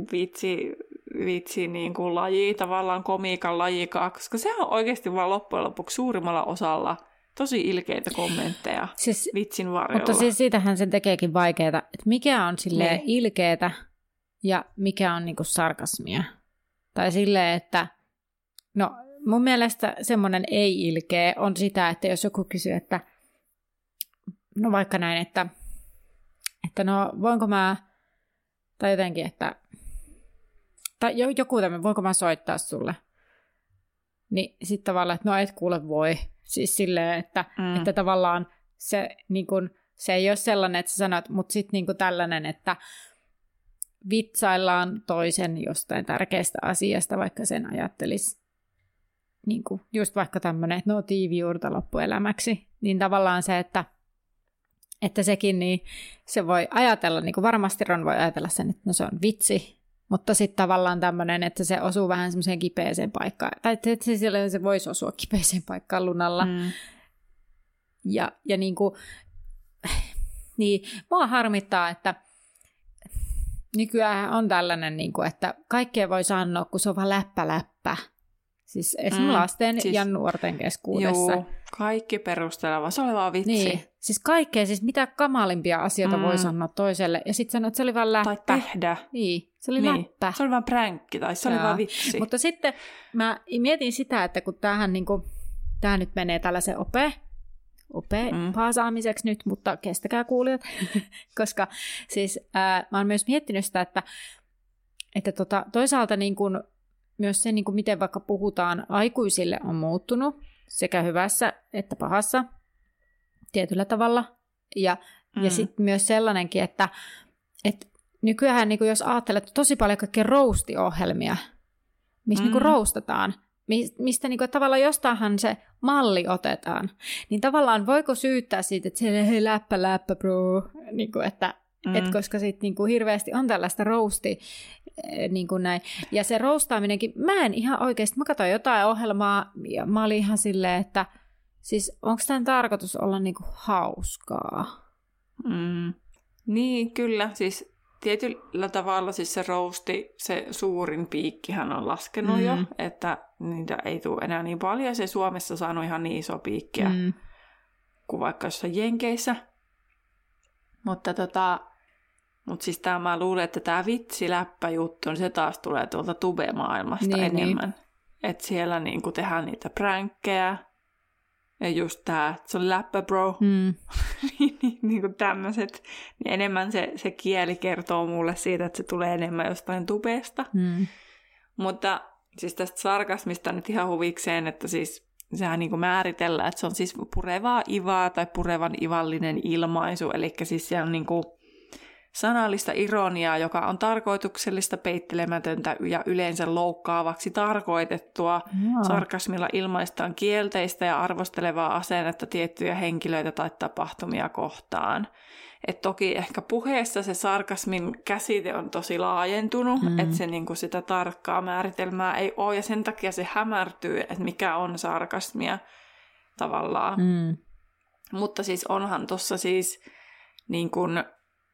[SPEAKER 1] vitsi niin kuin laji, tavallaan komiikan lajikaan, koska se on oikeasti vaan loppujen lopuksi suurimmalla osalla tosi ilkeitä kommentteja vitsin varjolla.
[SPEAKER 2] Mutta siis siitähän sen tekeekin vaikeaa, että mikä on silleen ilkeetä ja mikä on niin kuin sarkasmia. Tai silleen, että no mun mielestä semmoinen ei-ilkeä on sitä, että jos joku kysyy, että no vaikka näin, että no voinko mä, tai jotenkin, että, tai joku tämmöinen, voinko mä soittaa sulle? Niin sitten tavallaan, että no et kuule voi. Siis silleen, että tavallaan se, niin kun, se ei ole sellainen, että sä sanot, mutta sitten niin tällainen, että vitsaillaan toisen jostain tärkeästä asiasta, vaikka sen ajattelisi niin kuin, just vaikka tämmöinen, että no tiivijuurta loppuelämäksi, niin tavallaan se, että sekin, niin se voi ajatella, niin kuin varmasti Ron voi ajatella sen, että no se on vitsi, mutta sitten tavallaan tämmöinen, että se osuu vähän semmoiseen kipeäseen paikkaan, tai että se voisi osua kipeäseen paikkaan Lunalla. Ja niin kuin, niin mua harmittaa, että nykyään on tällainen, niin kuin, että kaikkea voi sanoa, kun se on vaan läppä. Siis esimerkiksi lasten ja nuorten keskuudessa.
[SPEAKER 1] Joo, kaikki perusteleva. Se oli vaan vitsi.
[SPEAKER 2] Niin, siis kaikkea, siis mitä kamalimpia asioita voi sanoa toiselle. Ja sitten sanoa, että se oli vaan läppä.
[SPEAKER 1] Tai tehdä.
[SPEAKER 2] Niin, se oli läppä.
[SPEAKER 1] Se oli vaan pränkki tai se oli vaan vitsi.
[SPEAKER 2] Mutta sitten mä mietin sitä, että kun tämähän niinku, tämä nyt menee tällaisen paasaamiseksi nyt, mutta kestäkää kuulijat. Koska siis mä oon myös miettinyt sitä, että toisaalta niin kun, myös se, niin kuin miten vaikka puhutaan aikuisille, on muuttunut sekä hyvässä että pahassa tietyllä tavalla. Ja sitten myös sellainenkin, että nykyään niin kuin jos ajattelet tosi paljon kaikkia roast-ohjelmia, missä niin kuin roastataan, mistä niin kuin, tavallaan jostainhan se malli otetaan, niin tavallaan voiko syyttää siitä, että siellä hei läppä bro, niin kuin, että koska sitten niinku hirveästi on tällaista roasti, niinku näin. Ja se roastaaminenkin, mä en ihan oikeasti, mä katsoin jotain ohjelmaa ja mä olin ihan silleen, että siis onko tämän tarkoitus olla niinku hauskaa?
[SPEAKER 1] Niin, kyllä. Siis tietyllä tavalla siis se roasti, se suurin piikkihän on laskenut jo, että niitä ei tule enää niin paljon. Se Suomessa saanut ihan niin iso piikkiä kuin vaikka jossain Jenkeissä. Mutta siis mä luulen, että tämä vitsiläppäjuttu, niin se taas tulee tuolta tube-maailmasta enemmän. Että siellä niinku tehdään niitä pränkkejä ja just tää, se oli läppä bro, niin kuin tämmöiset, niin enemmän se kieli kertoo mulle siitä, että se tulee enemmän jostain tubesta. Mutta siis tästä sarkasmista nyt ihan huvikseen, että siis sehän niin kuin määritellään, että se on siis purevaa ivaa tai purevan ivallinen ilmaisu, eli siis se on niin kuin sanallista ironiaa, joka on tarkoituksellista, peittelemätöntä ja yleensä loukkaavaksi tarkoitettua. Sarkasmilla ilmaistaan kielteistä ja arvostelevaa asennetta tiettyjä henkilöitä tai tapahtumia kohtaan. Et toki ehkä puheessa se sarkasmin käsite on tosi laajentunut, että se niinku sitä tarkkaa määritelmää ei ole, ja sen takia se hämärtyy, että mikä on sarkasmia tavallaan. Mutta siis onhan tuossa siis niin kuin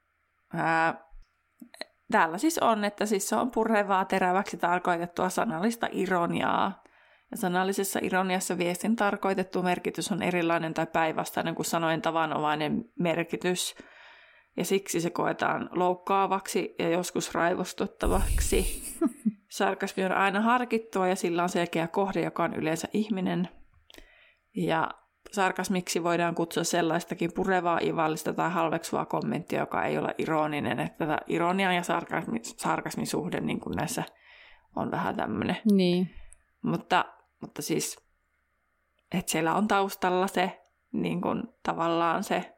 [SPEAKER 1] täällä siis on, että siis se on purevaa teräväksi tarkoitettua sanallista ironiaa. Ja sanallisessa ironiassa viestin tarkoitettu merkitys on erilainen tai päinvastainen kuin sanojen tavanomainen merkitys. Ja siksi se koetaan loukkaavaksi ja joskus raivostuttavaksi. Sarkasmi on aina harkittua ja sillä on selkeä kohde, joka on yleensä ihminen. Ja sarkasmiksi voidaan kutsua sellaistakin purevaa, ivallista tai halveksuvaa kommenttia, joka ei ole ironinen. Että tätä ironian ja sarkasmin suhde niin kuin näissä on vähän tämmöinen.
[SPEAKER 2] Niin.
[SPEAKER 1] Mutta siis, että siellä on taustalla se niin kuin tavallaan se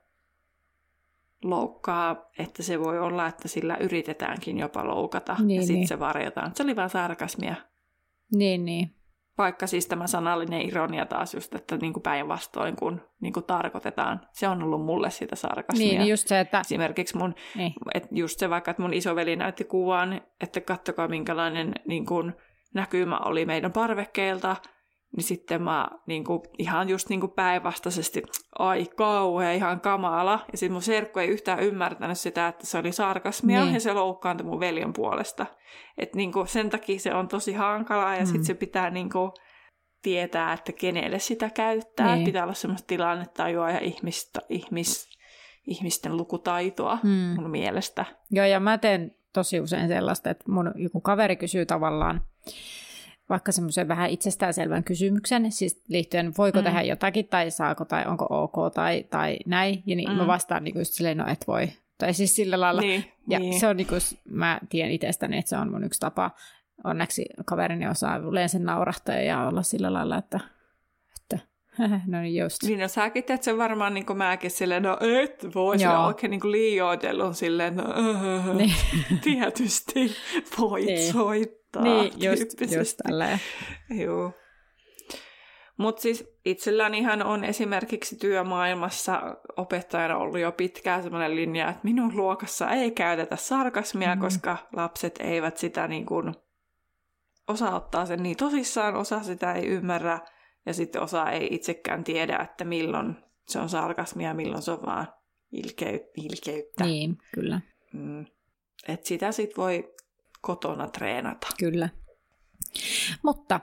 [SPEAKER 1] loukkaa, että se voi olla, että sillä yritetäänkin jopa loukata ja sitten se varjotaan. Se oli vaan sarkasmia.
[SPEAKER 2] Niin.
[SPEAKER 1] Vaikka siis tämä sanallinen ironia taas just, että niin kuin päinvastoin kun niin kuin tarkoitetaan. Se on ollut mulle sitä sarkasmia.
[SPEAKER 2] Niin, just se, että
[SPEAKER 1] esimerkiksi että just se vaikka, että mun isoveli näytti kuvan, että katsokaa minkälainen niin kuin näkymä oli meidän parvekkeelta, niin sitten mä niin kuin, ihan just niin kuin päinvastaisesti, ai kauhea, ihan kamala. Ja sitten mun serkku ei yhtään ymmärtänyt sitä, että se oli sarkasmia, ja se loukkaantui mun veljen puolesta. Että niin kuin, sen takia se on tosi hankalaa, ja sitten se pitää niin kuin tietää, että kenelle sitä käyttää. Pitää olla semmoista tilannetajua ja ihmisten lukutaitoa mun mielestä.
[SPEAKER 2] Joo, ja mä teen tosi usein sellaista, että mun joku kaveri kysyy tavallaan, vaikka semmoisen vähän itsestäänselvän kysymyksen, siis liittyen voiko tehdä jotakin, tai saako, tai onko ok, tai näin, ja niin mä vastaan niin just silleen, no et voi, tai siis sillä lailla, se on niin kuin, mä tiedän itsestäni, että se on mun yksi tapa, onneksi kaverini osaa yleensä naurahtaa ja olla sillä lailla, että no niin just.
[SPEAKER 1] Niin, no säkin teet sen varmaan niin kuin mäkin silleen, no et voi, sillä oikein niin kuin liioitellut silleen, no tietysti voit soittaa.
[SPEAKER 2] Niin, just tälleen.
[SPEAKER 1] Joo. Mutta siis itsellänihan on esimerkiksi työmaailmassa opettajana ollut jo pitkään sellainen linja, että minun luokassa ei käytetä sarkasmia, koska lapset eivät sitä niin kuin osaa ottaa sen niin tosissaan, osa sitä ei ymmärrä ja sitten osa ei itsekään tiedä, että milloin se on sarkasmia, milloin se on vaan ilkeyttä.
[SPEAKER 2] Niin, kyllä.
[SPEAKER 1] Että sitä sitten voi kotona treenata.
[SPEAKER 2] Kyllä. Mutta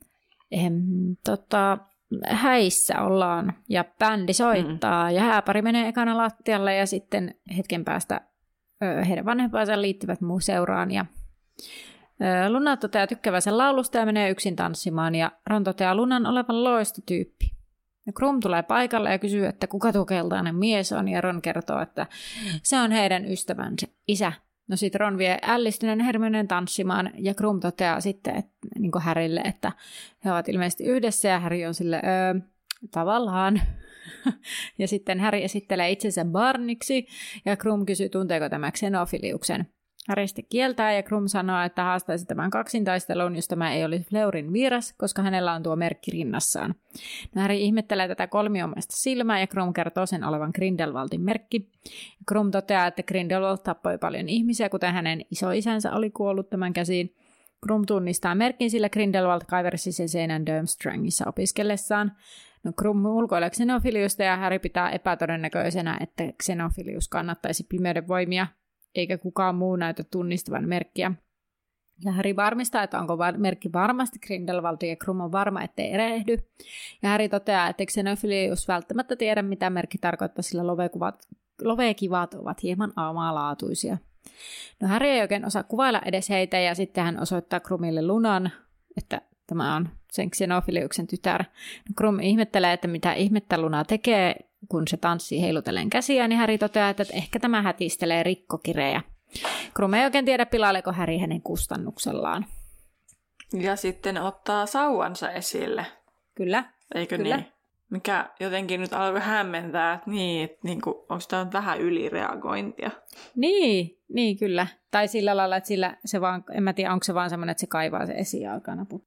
[SPEAKER 2] häissä ollaan ja bändi soittaa ja hääpari menee ekana lattialle ja sitten hetken päästä heidän vanhempansa liittyvät muu seuraan ja Luna toteaa tykkäävänsä laulusta ja menee yksin tanssimaan ja Ron toteaa Lunan olevan loistotyyppi. Krum tulee paikalle ja kysyy, että kuka tuo keltainen mies on ja Ron kertoo, että se on heidän ystävänsä isä. No sit Ron vie ällistyneen Hermioneen tanssimaan ja Krum toteaa sitten niin kuin Harrylle, että he ovat ilmeisesti yhdessä ja Harry on sille tavallaan. Ja sitten Harry esittelee itsensä Barniksi ja Krum kysyy, tunteeko tämä Xenofiliuksen. Harry sitten kieltää ja Krum sanoo, että haastaisi tämän kaksintaistelun, jos tämä ei olisi Fleurin vieras, koska hänellä on tuo merkki rinnassaan. No Harry ihmettelee tätä kolmiomaista silmää ja Krum kertoo sen olevan Grindelwaldin merkki. Krum toteaa, että Grindelwald tappoi paljon ihmisiä, kuten hänen isoisänsä oli kuollut tämän käsiin. Krum tunnistaa merkin, sillä Grindelwald kaiversi sen seinän Durmstrangissa opiskellessaan. No Krum ulkoilee Xenofiliusta ja Harry pitää epätodennäköisenä, että Xenofilius kannattaisi pimeyden voimia, eikä kukaan muu näytä tunnistavan merkkiä. Ja Harry varmistaa, että onko merkki varmasti Grindelwald, ja Krum on varma, ettei erehdy. Ja Harry toteaa, että Xenofilius välttämättä tiedä, mitä merkki tarkoittaa, sillä lovekivat ovat hieman omalaatuisia. No Harry ei oikein osaa kuvailla edes heitä, ja sitten hän osoittaa Krumille Lunan, että tämä on sen Xenofiliuksen tytär. Krum ihmettelee, että mitä ihmettä Luna tekee, kun se tanssii heilutellen käsiä, niin Harry toteaa, että ehkä tämä hätistelee rikkokirejä. Krum ei oikein tiedä, pilaileeko Harry hänen kustannuksellaan.
[SPEAKER 1] Ja sitten ottaa sauvansa esille.
[SPEAKER 2] Kyllä.
[SPEAKER 1] Eikö
[SPEAKER 2] Kyllä.
[SPEAKER 1] niin? Mikä jotenkin nyt alkoi hämmentää, että onko tämä nyt vähän ylireagointia?
[SPEAKER 2] Niin kyllä. Tai sillä lailla, että sillä se vaan, en mä tiedä, onko se vaan semmoinen, että se kaivaa se esijalkanaput.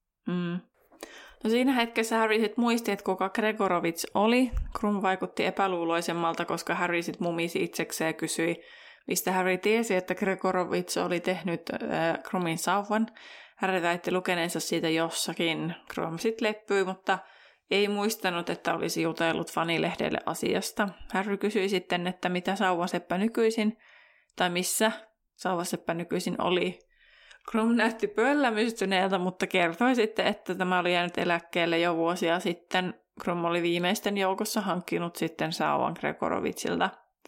[SPEAKER 1] No siinä hetkessä Harry sitten muisti, että kuka Gregorovits oli. Krum vaikutti epäluuloisemmalta, koska Harry sitten mumisi itsekseen ja kysyi, mistä Harry tiesi, että Gregorovits oli tehnyt Krumin sauvan. Harry väitti lukeneensa siitä jossakin. Krum sitten leppyi, mutta ei muistanut, että olisi jutellut fanilehdelle asiasta. Harry kysyi sitten, että mitä sauvaseppä nykyisin, tai missä sauvaseppä nykyisin oli. Krum näytti pöllämystyneeltä, mutta kertoi sitten, että tämä oli jäänyt eläkkeelle jo vuosia sitten. Krum oli viimeisten joukossa hankkinut sitten sauvan Gregorovitsilta.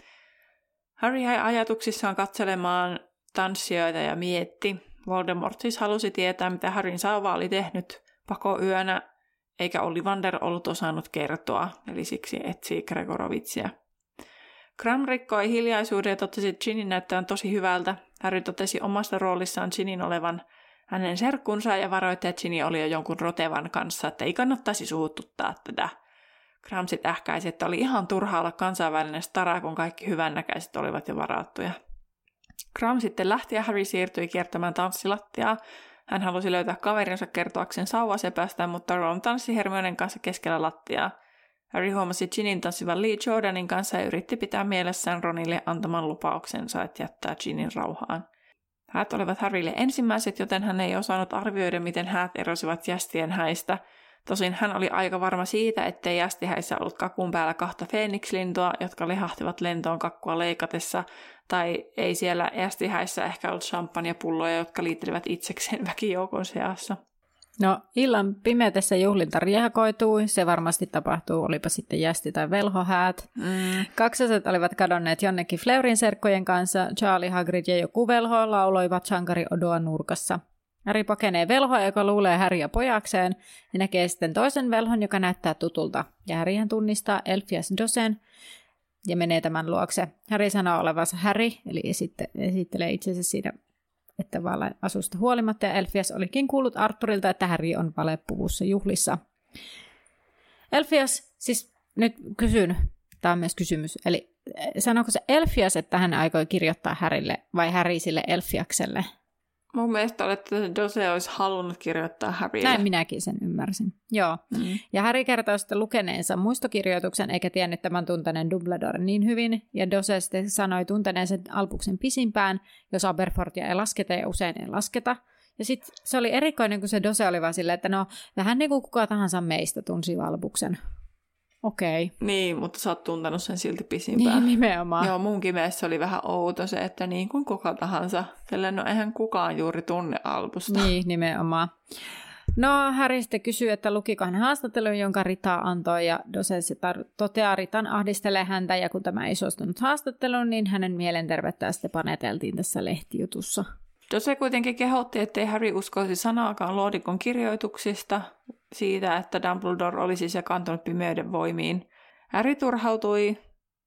[SPEAKER 1] Harry jäi ajatuksissaan katselemaan tanssijoita ja mietti. Voldemort siis halusi tietää, mitä Harryn sauva oli tehnyt pakoyönä, eikä Ollivander ollut osannut kertoa, eli siksi etsii Gregorovitsia. Krum rikkoi hiljaisuuden ja totesi Ginin näyttävän tosi hyvältä. Harry totesi omasta roolissaan Ginin olevan hänen serkkunsa ja varoitti, että Ginny oli jo jonkun rotevan kanssa, että ei kannattaisi suhututtaa tätä. Krum sitten ähkäisi, että oli ihan turhaa olla kansainvälinen stara, kun kaikki hyvännäköiset olivat jo varattuja. Krum sitten lähti ja Harry siirtyi kiertämään tanssilattiaa. Hän halusi löytää kaverinsa kertoakseen sauvasepästä, mutta Ron tanssi Hermionen kanssa keskellä lattiaa. Harry huomasi Ginin tanssivan Lee Jordanin kanssa ja yritti pitää mielessään Ronille antaman lupauksensa, että jättää Ginin rauhaan. Häät olivat Harrylle ensimmäiset, joten hän ei osannut arvioida, miten häät erosivat jästien häistä. Tosin hän oli aika varma siitä, ettei jästihäissä ollut kakun päällä 2 feenikslintua, jotka lehahtivat lentoon kakkua leikatessa, tai ei siellä jästihäissä ehkä ollut champagnepulloja, jotka liittelivät itsekseen väkijoukon seassa.
[SPEAKER 2] No, illan pimeydessä juhlinta riehakoitui. Se varmasti tapahtuu, olipa sitten jästi- tai velhohäät. Kaksoset olivat kadonneet jonnekin Fleurin serkkojen kanssa. Charlie, Hagrid ja joku velho lauloivat Shankari Odoa nurkassa. Harry pakenee velhoa, joka luulee Harryä pojakseen, ja näkee sitten toisen velhon, joka näyttää tutulta. Ja Harryhän tunnistaa Elphias Dosen ja menee tämän luokse. Harry sanoo olevansa Harry, eli esittelee itsensä siitä, että valeasusta huolimatta, ja Elphias olikin kuullut Arthurilta, että Harry on valepuvussa juhlissa. Elphias, siis nyt kysyn, tämä on myös kysymys, eli sanooko se Elphias, että hän aikoi kirjoittaa Harrylle, vai Harry sille Elphiakselle?
[SPEAKER 1] Mun mielestä että Dose olisi halunnut kirjoittaa Harrylle.
[SPEAKER 2] Näin minäkin sen ymmärsin. Joo. Ja Harry kertoo sitten lukeneensa muistokirjoituksen, eikä tiennyt tämän tunteneen Dumbledoren niin hyvin. Ja Dose sitten sanoi tunteneensa Albuksen pisimpään, jos Aberforthia ei lasketa ja usein ei lasketa. Ja sitten se oli erikoinen, kun se Dose oli vaan silleen, että no vähän niin kuin kuka tahansa meistä tunsi Albuksen. Okei.
[SPEAKER 1] Niin, mutta sä oot tuntenut sen silti pisimpään.
[SPEAKER 2] Niin, nimenomaan.
[SPEAKER 1] Joo, munkin mielestä oli vähän outo se, että niin kuin kuka tahansa. Silleen, no eihän kukaan juuri tunne Albusta.
[SPEAKER 2] Niin, nimenomaan. No, Harry sitten kysyy, että lukiko hän haastattelun, jonka Rita antoi, ja Dose toteaa Ritan ahdistelee häntä, ja kun tämä ei suostunut haastatteluun, niin hänen mielenterveyttään sitten paneteltiin tässä lehtijutussa.
[SPEAKER 1] Dose kuitenkin kehotti, ettei Harry uskoisi sanaakaan Loodikon kirjoituksista, siitä, että Dumbledore olisi sekaantunut pimeyden voimiin. Harry turhautui,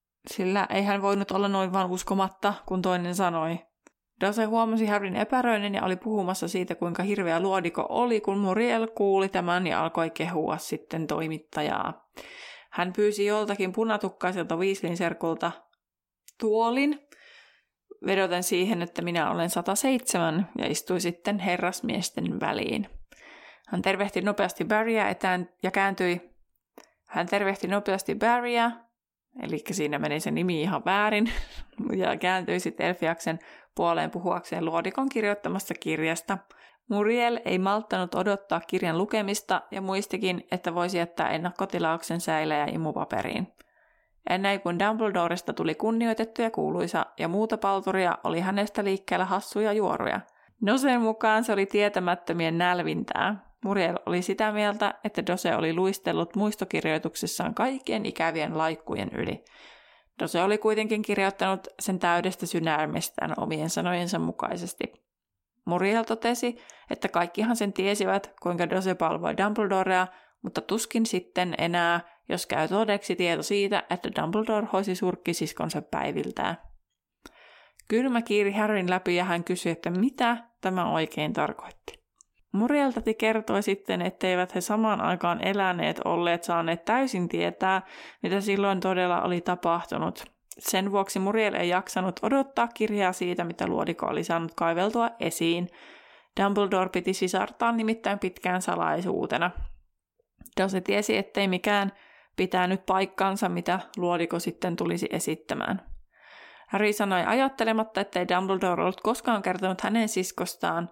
[SPEAKER 1] sillä ei hän voinut olla noin vaan uskomatta, kun toinen sanoi. Dose huomasi Harryn epäröinen ja oli puhumassa siitä, kuinka hirveä Luodiko oli, kun Muriel kuuli tämän ja alkoi kehua sitten toimittajaa. Hän pyysi joltakin punatukkaiselta Weasleyn serkulta tuolin, vedoten siihen, että minä olen 107, ja istui sitten herrasmiesten väliin. Hän tervehti nopeasti Barryä ja kääntyi. Hän tervehti nopeasti Barryä, eli siinä meni se nimi ihan väärin, ja kääntyi sitten Elphiaksen puoleen puhuakseen Luodikon kirjoittamasta kirjasta. Muriel ei malttanut odottaa kirjan lukemista ja muistikin, että voisi jättää ennakkotilauksen säilöä ja imupaperiin. Ennen kuin Dumbledoresta tuli kunnioitettu ja kuuluisa ja muuta palturia, oli hänestä liikkeellä hassuja juoruja. Dosen mukaan se oli tietämättömien nälvintää. Muriel oli sitä mieltä, että Dose oli luistellut muistokirjoituksissaan kaikkien ikävien laikkujen yli. Dose oli kuitenkin kirjoittanut sen täydestä sydämestään omien sanojensa mukaisesti. Muriel totesi, että kaikkihan sen tiesivät, kuinka Dose palvoi Dumbledorea, mutta tuskin sitten enää, jos käy todeksi tieto siitä, että Dumbledore hoisi surkkisiskonsa päiviltään. Kylmä kiiri Harryn läpi ja hän kysyi, että mitä tämä oikein tarkoitti. Muriel-täti kertoi sitten, etteivät he samaan aikaan eläneet olleet saaneet täysin tietää, mitä silloin todella oli tapahtunut. Sen vuoksi Muriel ei jaksanut odottaa kirjaa siitä, mitä luodiko oli saanut kaiveltua esiin. Dumbledore piti sisartaan nimittäin pitkään salaisuutena. Dose tiesi, ettei mikään pitänyt paikkansa, mitä luodiko sitten tulisi esittämään. Harry sanoi ajattelematta, ettei Dumbledore ollut koskaan kertonut hänen siskostaan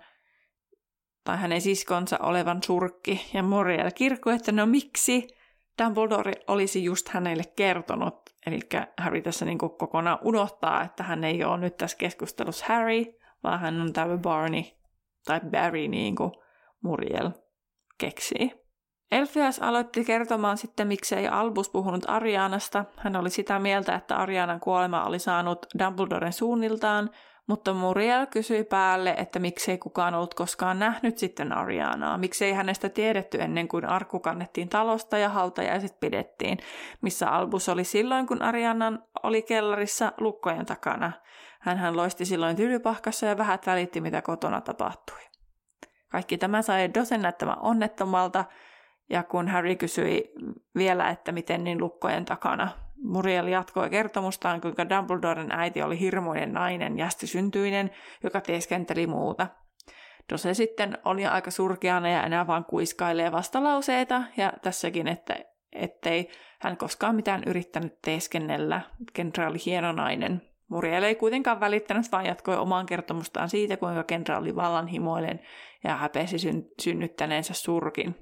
[SPEAKER 1] tai hänen siskonsa olevan surkki, ja Muriel kirkui, että no miksi Dumbledore olisi just hänelle kertonut. Eli Harry tässä niin kuin kokonaan unohtaa, että hän ei ole nyt tässä keskustelussa Harry, vaan hän on tämä Barney tai Barry, niin kuin Muriel keksii. Elphias aloitti kertomaan sitten, miksei Albus puhunut Arianasta. Hän oli sitä mieltä, että Arianan kuolema oli saanut Dumbledoren suunniltaan, mutta Muriel kysyi päälle, että miksei kukaan ollut koskaan nähnyt sitten Arianaa. Miksei hänestä tiedetty ennen kuin arkku kannettiin talosta ja hautajaiset pidettiin, missä Albus oli silloin, kun Arianan oli kellarissa lukkojen takana. Hänhän loisti silloin tylypahkassa ja vähät välitti, mitä kotona tapahtui. Kaikki tämä sai Dosen näyttämään onnettomalta, ja kun Harry kysyi vielä, että miten niin lukkojen takana, Muriel jatkoi kertomustaan, kuinka Dumbledoren äiti oli hirmuinen nainen, jästisyntyinen, joka teeskenteli muuta. Dose sitten oli aika surkeana ja enää vaan kuiskailee vastalauseita, ja tässäkin, ettei hän koskaan mitään yrittänyt teeskennellä, kenraali oli hieno nainen. Muriel ei kuitenkaan välittänyt, vaan jatkoi omaan kertomustaan siitä, kuinka kenraali oli vallanhimoinen ja häpesi synnyttäneensä surkin.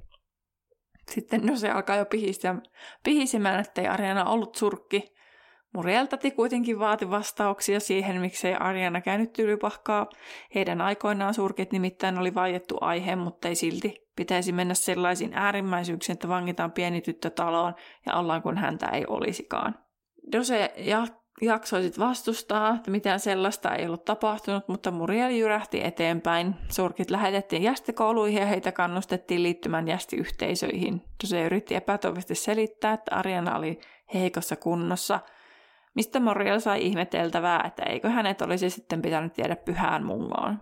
[SPEAKER 1] Sitten no se alkaa jo pihisemään, ettei Ariana ollut surkki. Muriel-täti kuitenkin vaati vastauksia siihen, miksei Ariana käynyt tylypahkaa. Heidän aikoinaan surkit nimittäin oli vaiettu aihe, mutta ei silti pitäisi mennä sellaisiin äärimmäisyyksiin, että vangitaan pieni tyttö taloon ja ollaan kuin häntä ei olisikaan. Dose jaksoi sitten vastustaa, että mitään sellaista ei ollut tapahtunut, mutta Muriel jyrähti eteenpäin. Surkit lähetettiin jästikouluihin ja heitä kannustettiin liittymään jästiyhteisöihin. Dose yritti epätoivoisesti selittää, että Ariana oli heikossa kunnossa, mistä Muriel sai ihmeteltävää, että eikö hänet olisi sitten pitänyt viedä pyhään mungoon.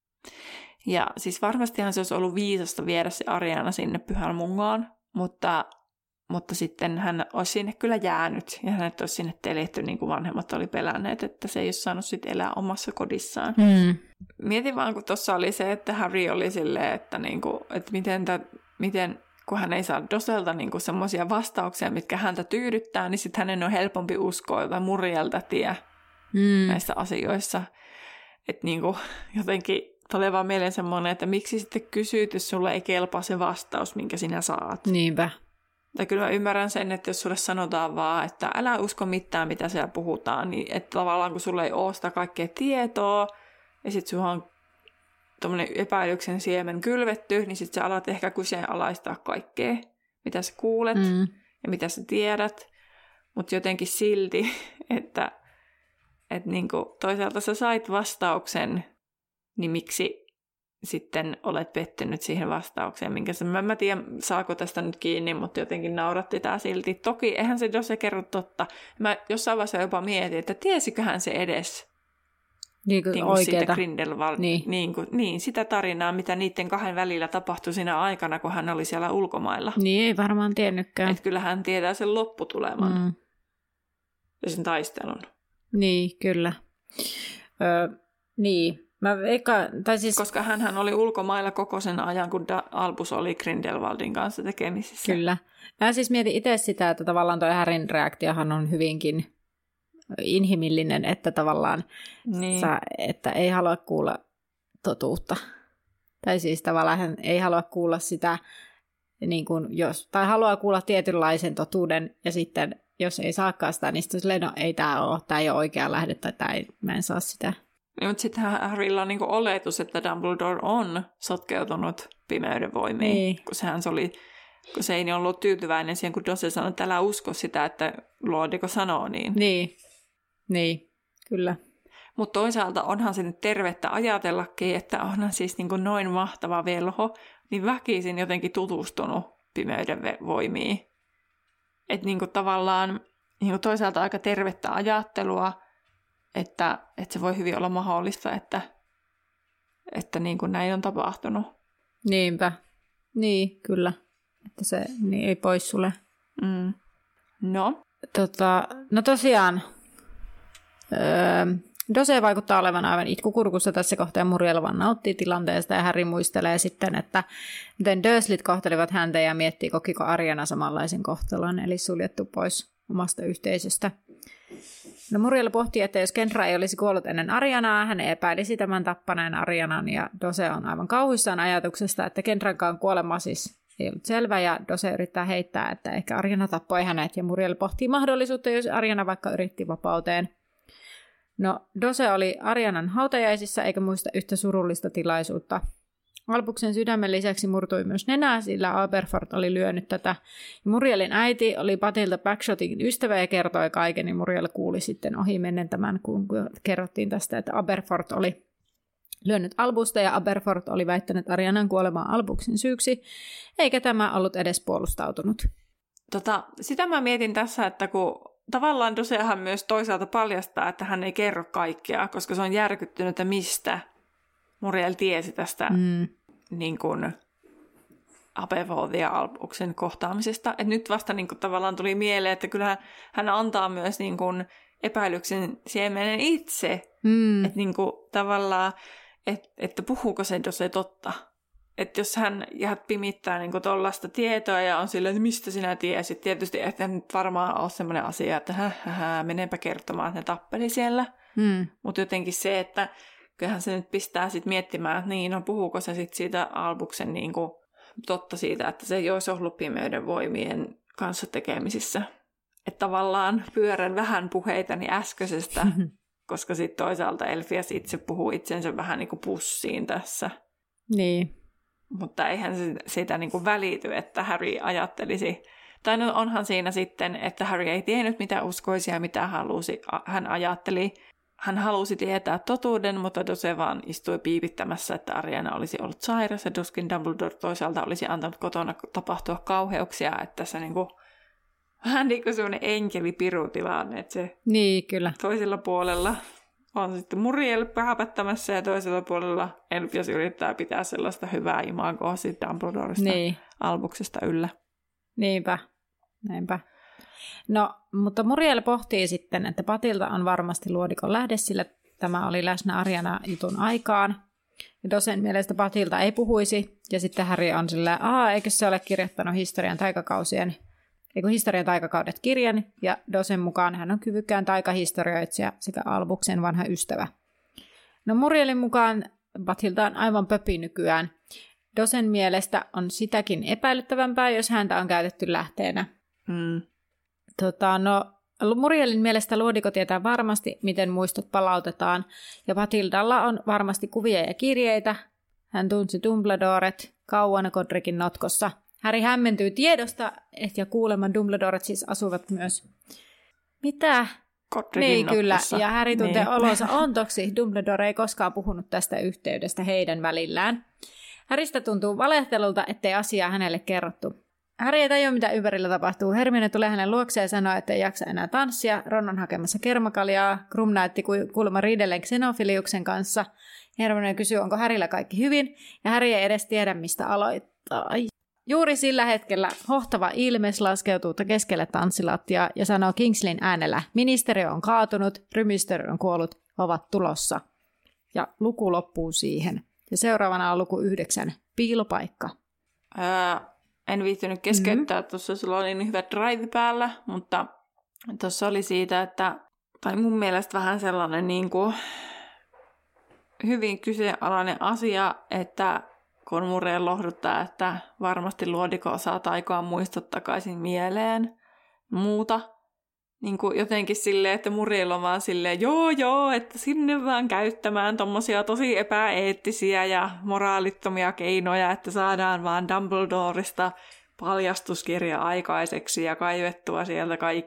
[SPEAKER 1] Ja siis varmastihan se olisi ollut viisasta viedä se Ariana sinne pyhään mungoon, mutta sitten hän olisi sinne kyllä jäänyt ja hänet olisi sinne teljetty niin kuin vanhemmat oli pelänneet, että se ei olisi saanut sitten elää omassa kodissaan. Mietin vaan, kun tuossa oli se, että Harry oli silleen, että, niinku, että miten kun hän ei saa Doselta niinku semmoisia vastauksia, mitkä häntä tyydyttää, niin sitten hänen on helpompi uskoa jotain Murielta näissä asioissa. Että niinku, jotenkin tulee vaan mieleen semmoinen, että miksi sitten kysyt, jos sulle ei kelpaa se vastaus, minkä sinä saat.
[SPEAKER 2] Niinpä.
[SPEAKER 1] Ja kyllä mä ymmärrän sen, että jos sulle sanotaan vaan, että älä usko mitään, mitä siellä puhutaan, niin että tavallaan kun sulle ei ole sitä kaikkea tietoa, ja sitten sulla on tommoinen epäilyksen siemen kylvetty, niin sitten sä alat ehkä kyseenalaistaa kaikkea, mitä sä kuulet ja mitä sä tiedät, mutta jotenkin silti, että niinku, toisaalta sä sait vastauksen, niin miksi sitten olet pettynyt siihen vastaukseen, minkä mä tiedän, saako tästä nyt kiinni, mutta jotenkin nauratti tää silti. Toki eihän se Dose kerro totta. Mä jossain vaiheessa jopa mietin, että tiesiköhän se edes
[SPEAKER 2] niin
[SPEAKER 1] siitä Grindelwald, niin, sitä tarinaa, mitä niiden kahden välillä tapahtui siinä aikana, kun hän oli siellä ulkomailla.
[SPEAKER 2] Niin, ei varmaan tiennytkään.
[SPEAKER 1] Että kyllä hän tietää sen lopputuleman ja sen taistelun.
[SPEAKER 2] Niin, kyllä. Niin.
[SPEAKER 1] Koska hänhän oli ulkomailla koko sen ajan, kun Albus oli Grindelwaldin kanssa tekemisissä.
[SPEAKER 2] Kyllä. Mä siis mietin itse sitä, että tavallaan toi Harryn reaktiohan on hyvinkin inhimillinen, että tavallaan että ei halua kuulla totuutta. Tai siis tavallaan hän ei halua kuulla sitä, niin kuin tai haluaa kuulla tietynlaisen totuuden, ja sitten jos ei saakaan sitä, niin sitten silleen, no ei tämä ei ole oikea lähde, tai mä en saa sitä.
[SPEAKER 1] Niin, mutta sitten Harrylla on niinku oletus, että Dumbledore on sotkeutunut pimeyden voimiin, kun se ei ollut tyytyväinen siihen, kun Dose sanoi, että älä usko sitä, että luodiko sanoo niin.
[SPEAKER 2] Niin, kyllä.
[SPEAKER 1] Mutta toisaalta onhan se nyt tervettä ajatellakin, että onhan siis niin kuin noin mahtava velho, niin väkisin jotenkin tutustunut pimeyden voimiin. Että niin kuin tavallaan niin kuin toisaalta aika tervettä ajattelua, että se voi hyvin olla mahdollista, että niin kuin näin on tapahtunut.
[SPEAKER 2] Niinpä. Niin, kyllä. Että se niin ei pois sulle.
[SPEAKER 1] Mm. No?
[SPEAKER 2] No tosiaan, Dose vaikuttaa olevan aivan itkukurkussa tässä kohtaa ja Muriel vaan nauttii tilanteesta ja Harry muistelee sitten, että miten Dursleyt kohtelivat häntä ja miettii, kokiko Ariana samanlaisen kohtelon, eli suljettu pois omasta yhteisöstä. No Muriel pohtii, että jos Kendra ei olisi kuollut ennen Arianaa, hän epäilisi tämän tappaneen Arianan ja Dose on aivan kauhuissaan ajatuksesta, että Kendrankaan kuolema siis ei ollut selvä ja Dose yrittää heittää, että ehkä Ariana tappoi hänet ja Muriel pohtii mahdollisuutta, jos Ariana vaikka yritti vapauteen. No, Dose oli Arianan hautajaisissa eikä muista yhtä surullista tilaisuutta. Albuksen sydämen lisäksi murtui myös nenää, sillä Aberforth oli lyönyt tätä. Murielin äiti oli Patilta Backshotin ystävä ja kertoi kaiken, niin Muriel kuuli sitten ohi mennen tämän, kun kerrottiin tästä, että Aberforth oli lyönyt Albusta ja Aberforth oli väittänyt Arianan kuolemaa Albuksen syyksi, eikä tämä ollut edes puolustautunut.
[SPEAKER 1] Sitä mä mietin tässä, että kun tavallaan Dosehan myös toisaalta paljastaa, että hän ei kerro kaikkea, koska se on järkyttynyt, että mistä Muriel tiesi tästä niin kuin Aberforthin ja Albuksen kohtaamisesta. Et nyt vasta niin kuin tavallaan tuli mieleen, että kyllä hän antaa myös niin kuin epäilyksen siemenen itse. Että niin kuin tavallaan, että puhuuko se Dose totta. Että jos hän pimittää niin tuollaista tietoa ja on silleen, että mistä sinä tiesit. Tietysti, että nyt varmaan ole semmoinen asia, että menenpä kertomaan, että ne tappeli siellä. Mutta jotenkin se, että kyllähän se nyt pistää sitten miettimään, että niin, no puhuuko se sitten siitä Albuksen niin kuin totta siitä, että se ei olisi ollut pimeyden voimien kanssa tekemisissä. Että tavallaan pyörän vähän puheitani äskeisestä, koska sitten toisaalta Elfias itse puhuu itsensä vähän niin kuin pussiin tässä.
[SPEAKER 2] Niin.
[SPEAKER 1] Mutta eihän se siitä niin kuin välity, että Harry ajattelisi. Tai no onhan siinä sitten, että Harry ei tiennyt mitä uskoisi ja mitä hän ajatteli. Hän halusi tietää totuuden, mutta Dose vaan istui piipittämässä, että Ariana olisi ollut sairas ja tuskin Dumbledore toisaalta olisi antanut kotona tapahtua kauheuksia, että se niinku vähän niin kuin semmoinen enkeli-pirutilanne, että se
[SPEAKER 2] niin, kyllä.
[SPEAKER 1] Toisella puolella on sitten Muriel pääpättämässä ja toisella puolella Elfias yrittää pitää sellaista hyvää imagoa siitä Dumbledoresta Albuksesta yllä.
[SPEAKER 2] Niinpä, näinpä. No, mutta Muriel pohtii sitten, että Patilta on varmasti luodikon lähde, sillä tämä oli läsnä Ariana-jutun aikaan. Ja Dosen mielestä Patilta ei puhuisi, ja sitten Harry on silleen, eikö se ole kirjoittanut historian taikakaudet kirjan, ja Dosen mukaan hän on kyvykkään taikahistorioitsija sekä Albuksen vanha ystävä. No Murielin mukaan Patilta on aivan pöpi nykyään. Dosen mielestä on sitäkin epäilyttävämpää, jos häntä on käytetty lähteenä. Murielin mielestä luodiko tietää varmasti, miten muistot palautetaan, ja Patildalla on varmasti kuvia ja kirjeitä. Hän tunsi Dumbledoret kauan Godricin notkossa. Harry hämmentyy tiedosta, ja kuulemma Dumbledoret siis asuvat myös. Mitä? Niin kyllä, ja Harry tuntee olonsa ontoksi. Dumbledore ei koskaan puhunut tästä yhteydestä heidän välillään. Harrystä tuntuu valehtelulta, ettei asiaa hänelle kerrottu. Harry ei tajua, mitä ympärillä tapahtuu. Hermione tulee hänen luokseen ja sanoo, että ei jaksa enää tanssia. Ron on hakemassa kermakaljaa. Krum näytti kuulemma riidelleen Xenofiliuksen kanssa. Hermione kysyy, onko Harryllä kaikki hyvin. Ja Harry ei edes tiedä, mistä aloittaa. Juuri sillä hetkellä hohtava Ilmes laskeutuu keskelle tanssilattia ja sanoo Kingsleyn äänellä, ministeriö on kaatunut, Rymister on kuollut, ovat tulossa. Ja luku loppuu siihen. Ja seuraavana on luku 9, piilopaikka.
[SPEAKER 1] En viittynyt keskeyttää, tuossa sulla oli niin hyvä drive päällä, mutta tuossa oli siitä, että, tai mun mielestä vähän sellainen niin kuin hyvin kyseenalainen asia, että kun Muriel lohduttaa, että varmasti luodiko saa taikoa muistot takaisin mieleen, muuta. Niin kuin jotenkin silleen, että Muriel on vaan silleen, joo, että sinne vaan käyttämään tommosia tosi epäeettisiä ja moraalittomia keinoja, että saadaan vaan Dumbledoresta paljastuskirja aikaiseksi ja kaivettua sieltä kaikki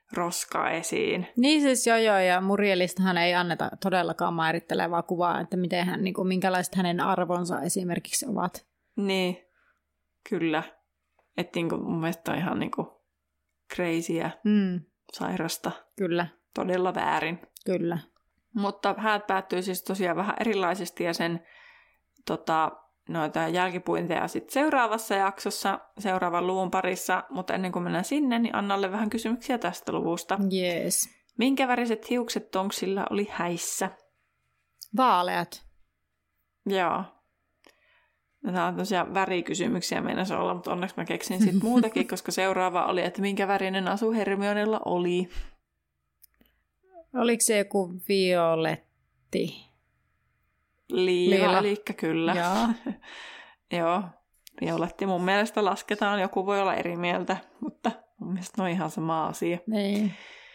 [SPEAKER 1] roska esiin.
[SPEAKER 2] Niin siis joo, ja Murielistahan ei anneta todellakaan määrittelevää kuvaa, että miten hän, niin kuin, minkälaiset hänen arvonsa esimerkiksi ovat.
[SPEAKER 1] Niin, kyllä. Että niin mun mielestä on ihan niin kuin crazyä, sairasta.
[SPEAKER 2] Kyllä.
[SPEAKER 1] Todella väärin.
[SPEAKER 2] Kyllä.
[SPEAKER 1] Mutta häät päättyy siis tosiaan vähän erilaisesti ja sen noita jälkipuinteja sitten seuraavassa jaksossa, seuraavan luvun parissa. Mutta ennen kuin mennään sinne, niin Annalle vähän kysymyksiä tästä luvusta.
[SPEAKER 2] Yes.
[SPEAKER 1] Minkä väriset hiukset Tonksilla oli häissä?
[SPEAKER 2] Vaaleat.
[SPEAKER 1] Joo. Nämä on tosiaan värikysymyksiä meinasi olla, mutta onneksi mä keksin sitten muutakin, koska seuraava oli, että minkä värinen asu Hermionella oli.
[SPEAKER 2] Oliko se joku violetti?
[SPEAKER 1] Liila. Eli kyllä.
[SPEAKER 2] Joo.
[SPEAKER 1] Joo. Violetti mun mielestä lasketaan. Joku voi olla eri mieltä, mutta mun mielestä on ihan sama asia.
[SPEAKER 2] Niin.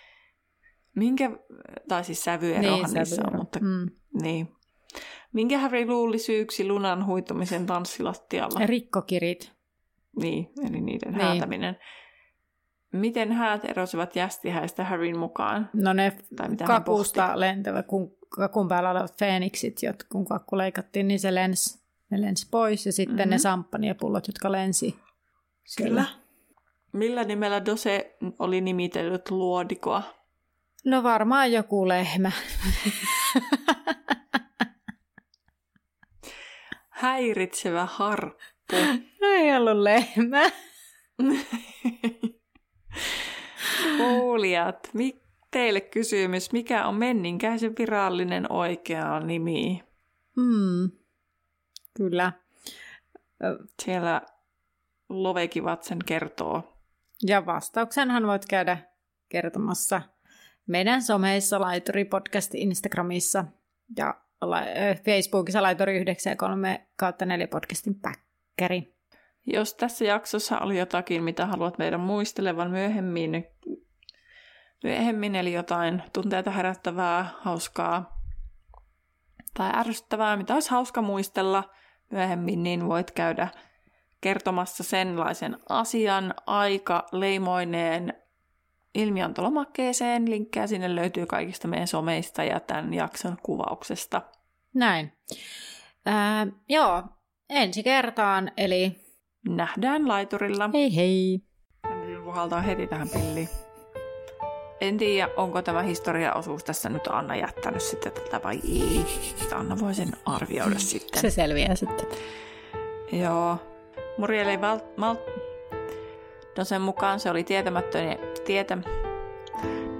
[SPEAKER 1] Tai siis sävyerohan
[SPEAKER 2] niin,
[SPEAKER 1] niissä on, mutta niin. Minkä Harry luuli syyksi Lunan huitumisen tanssilattialla?
[SPEAKER 2] Rikkokirit.
[SPEAKER 1] Niin, eli niiden häätäminen. Miten häät erosivat jästihäistä Harryn mukaan?
[SPEAKER 2] No ne kakusta lentävät, kun kakun päällä olevat feeniksit, kun kakku leikattiin, niin ne lensi pois. Ja sitten ne samppaniapullot, jotka lensi siellä.
[SPEAKER 1] Kyllä. Millä nimellä Dose oli nimitellyt luodikoa?
[SPEAKER 2] No varmaan joku lehmä.
[SPEAKER 1] Häiritsevä harppu.
[SPEAKER 2] Ei ollut lehmä.
[SPEAKER 1] Kuulijat, teille kysymys. Mikä on menninkäisen virallinen oikea nimi?
[SPEAKER 2] Kyllä.
[SPEAKER 1] Siellä Lovekivat sen kertoo.
[SPEAKER 2] Ja vastauksenhan voit käydä kertomassa meidän someissa, Laituri Podcast Instagramissa ja Facebookissa Laituri 93/4 podcastin päkkäri.
[SPEAKER 1] Jos tässä jaksossa oli jotakin, mitä haluat meidän muistelevan myöhemmin, eli jotain tunteita herättävää, hauskaa tai ärsyttävää, mitä olisi hauska muistella myöhemmin, niin voit käydä kertomassa senlaisen asian aika leimoineen ilmiantolomakkeeseen. Linkkejä sinne löytyy kaikista meidän someista ja tämän jakson kuvauksesta.
[SPEAKER 2] Näin. Joo, ensi kertaan, eli
[SPEAKER 1] nähdään laiturilla.
[SPEAKER 2] Hei hei!
[SPEAKER 1] Puhaltaa heti tähän pilliin. En tiedä, onko tämä historiaosuus tässä nyt Anna jättänyt sitten tätä vai ei. Anna voi sen arvioida sitten.
[SPEAKER 2] Se selviää sitten.
[SPEAKER 1] Joo. Muriel ei No sen mukaan se oli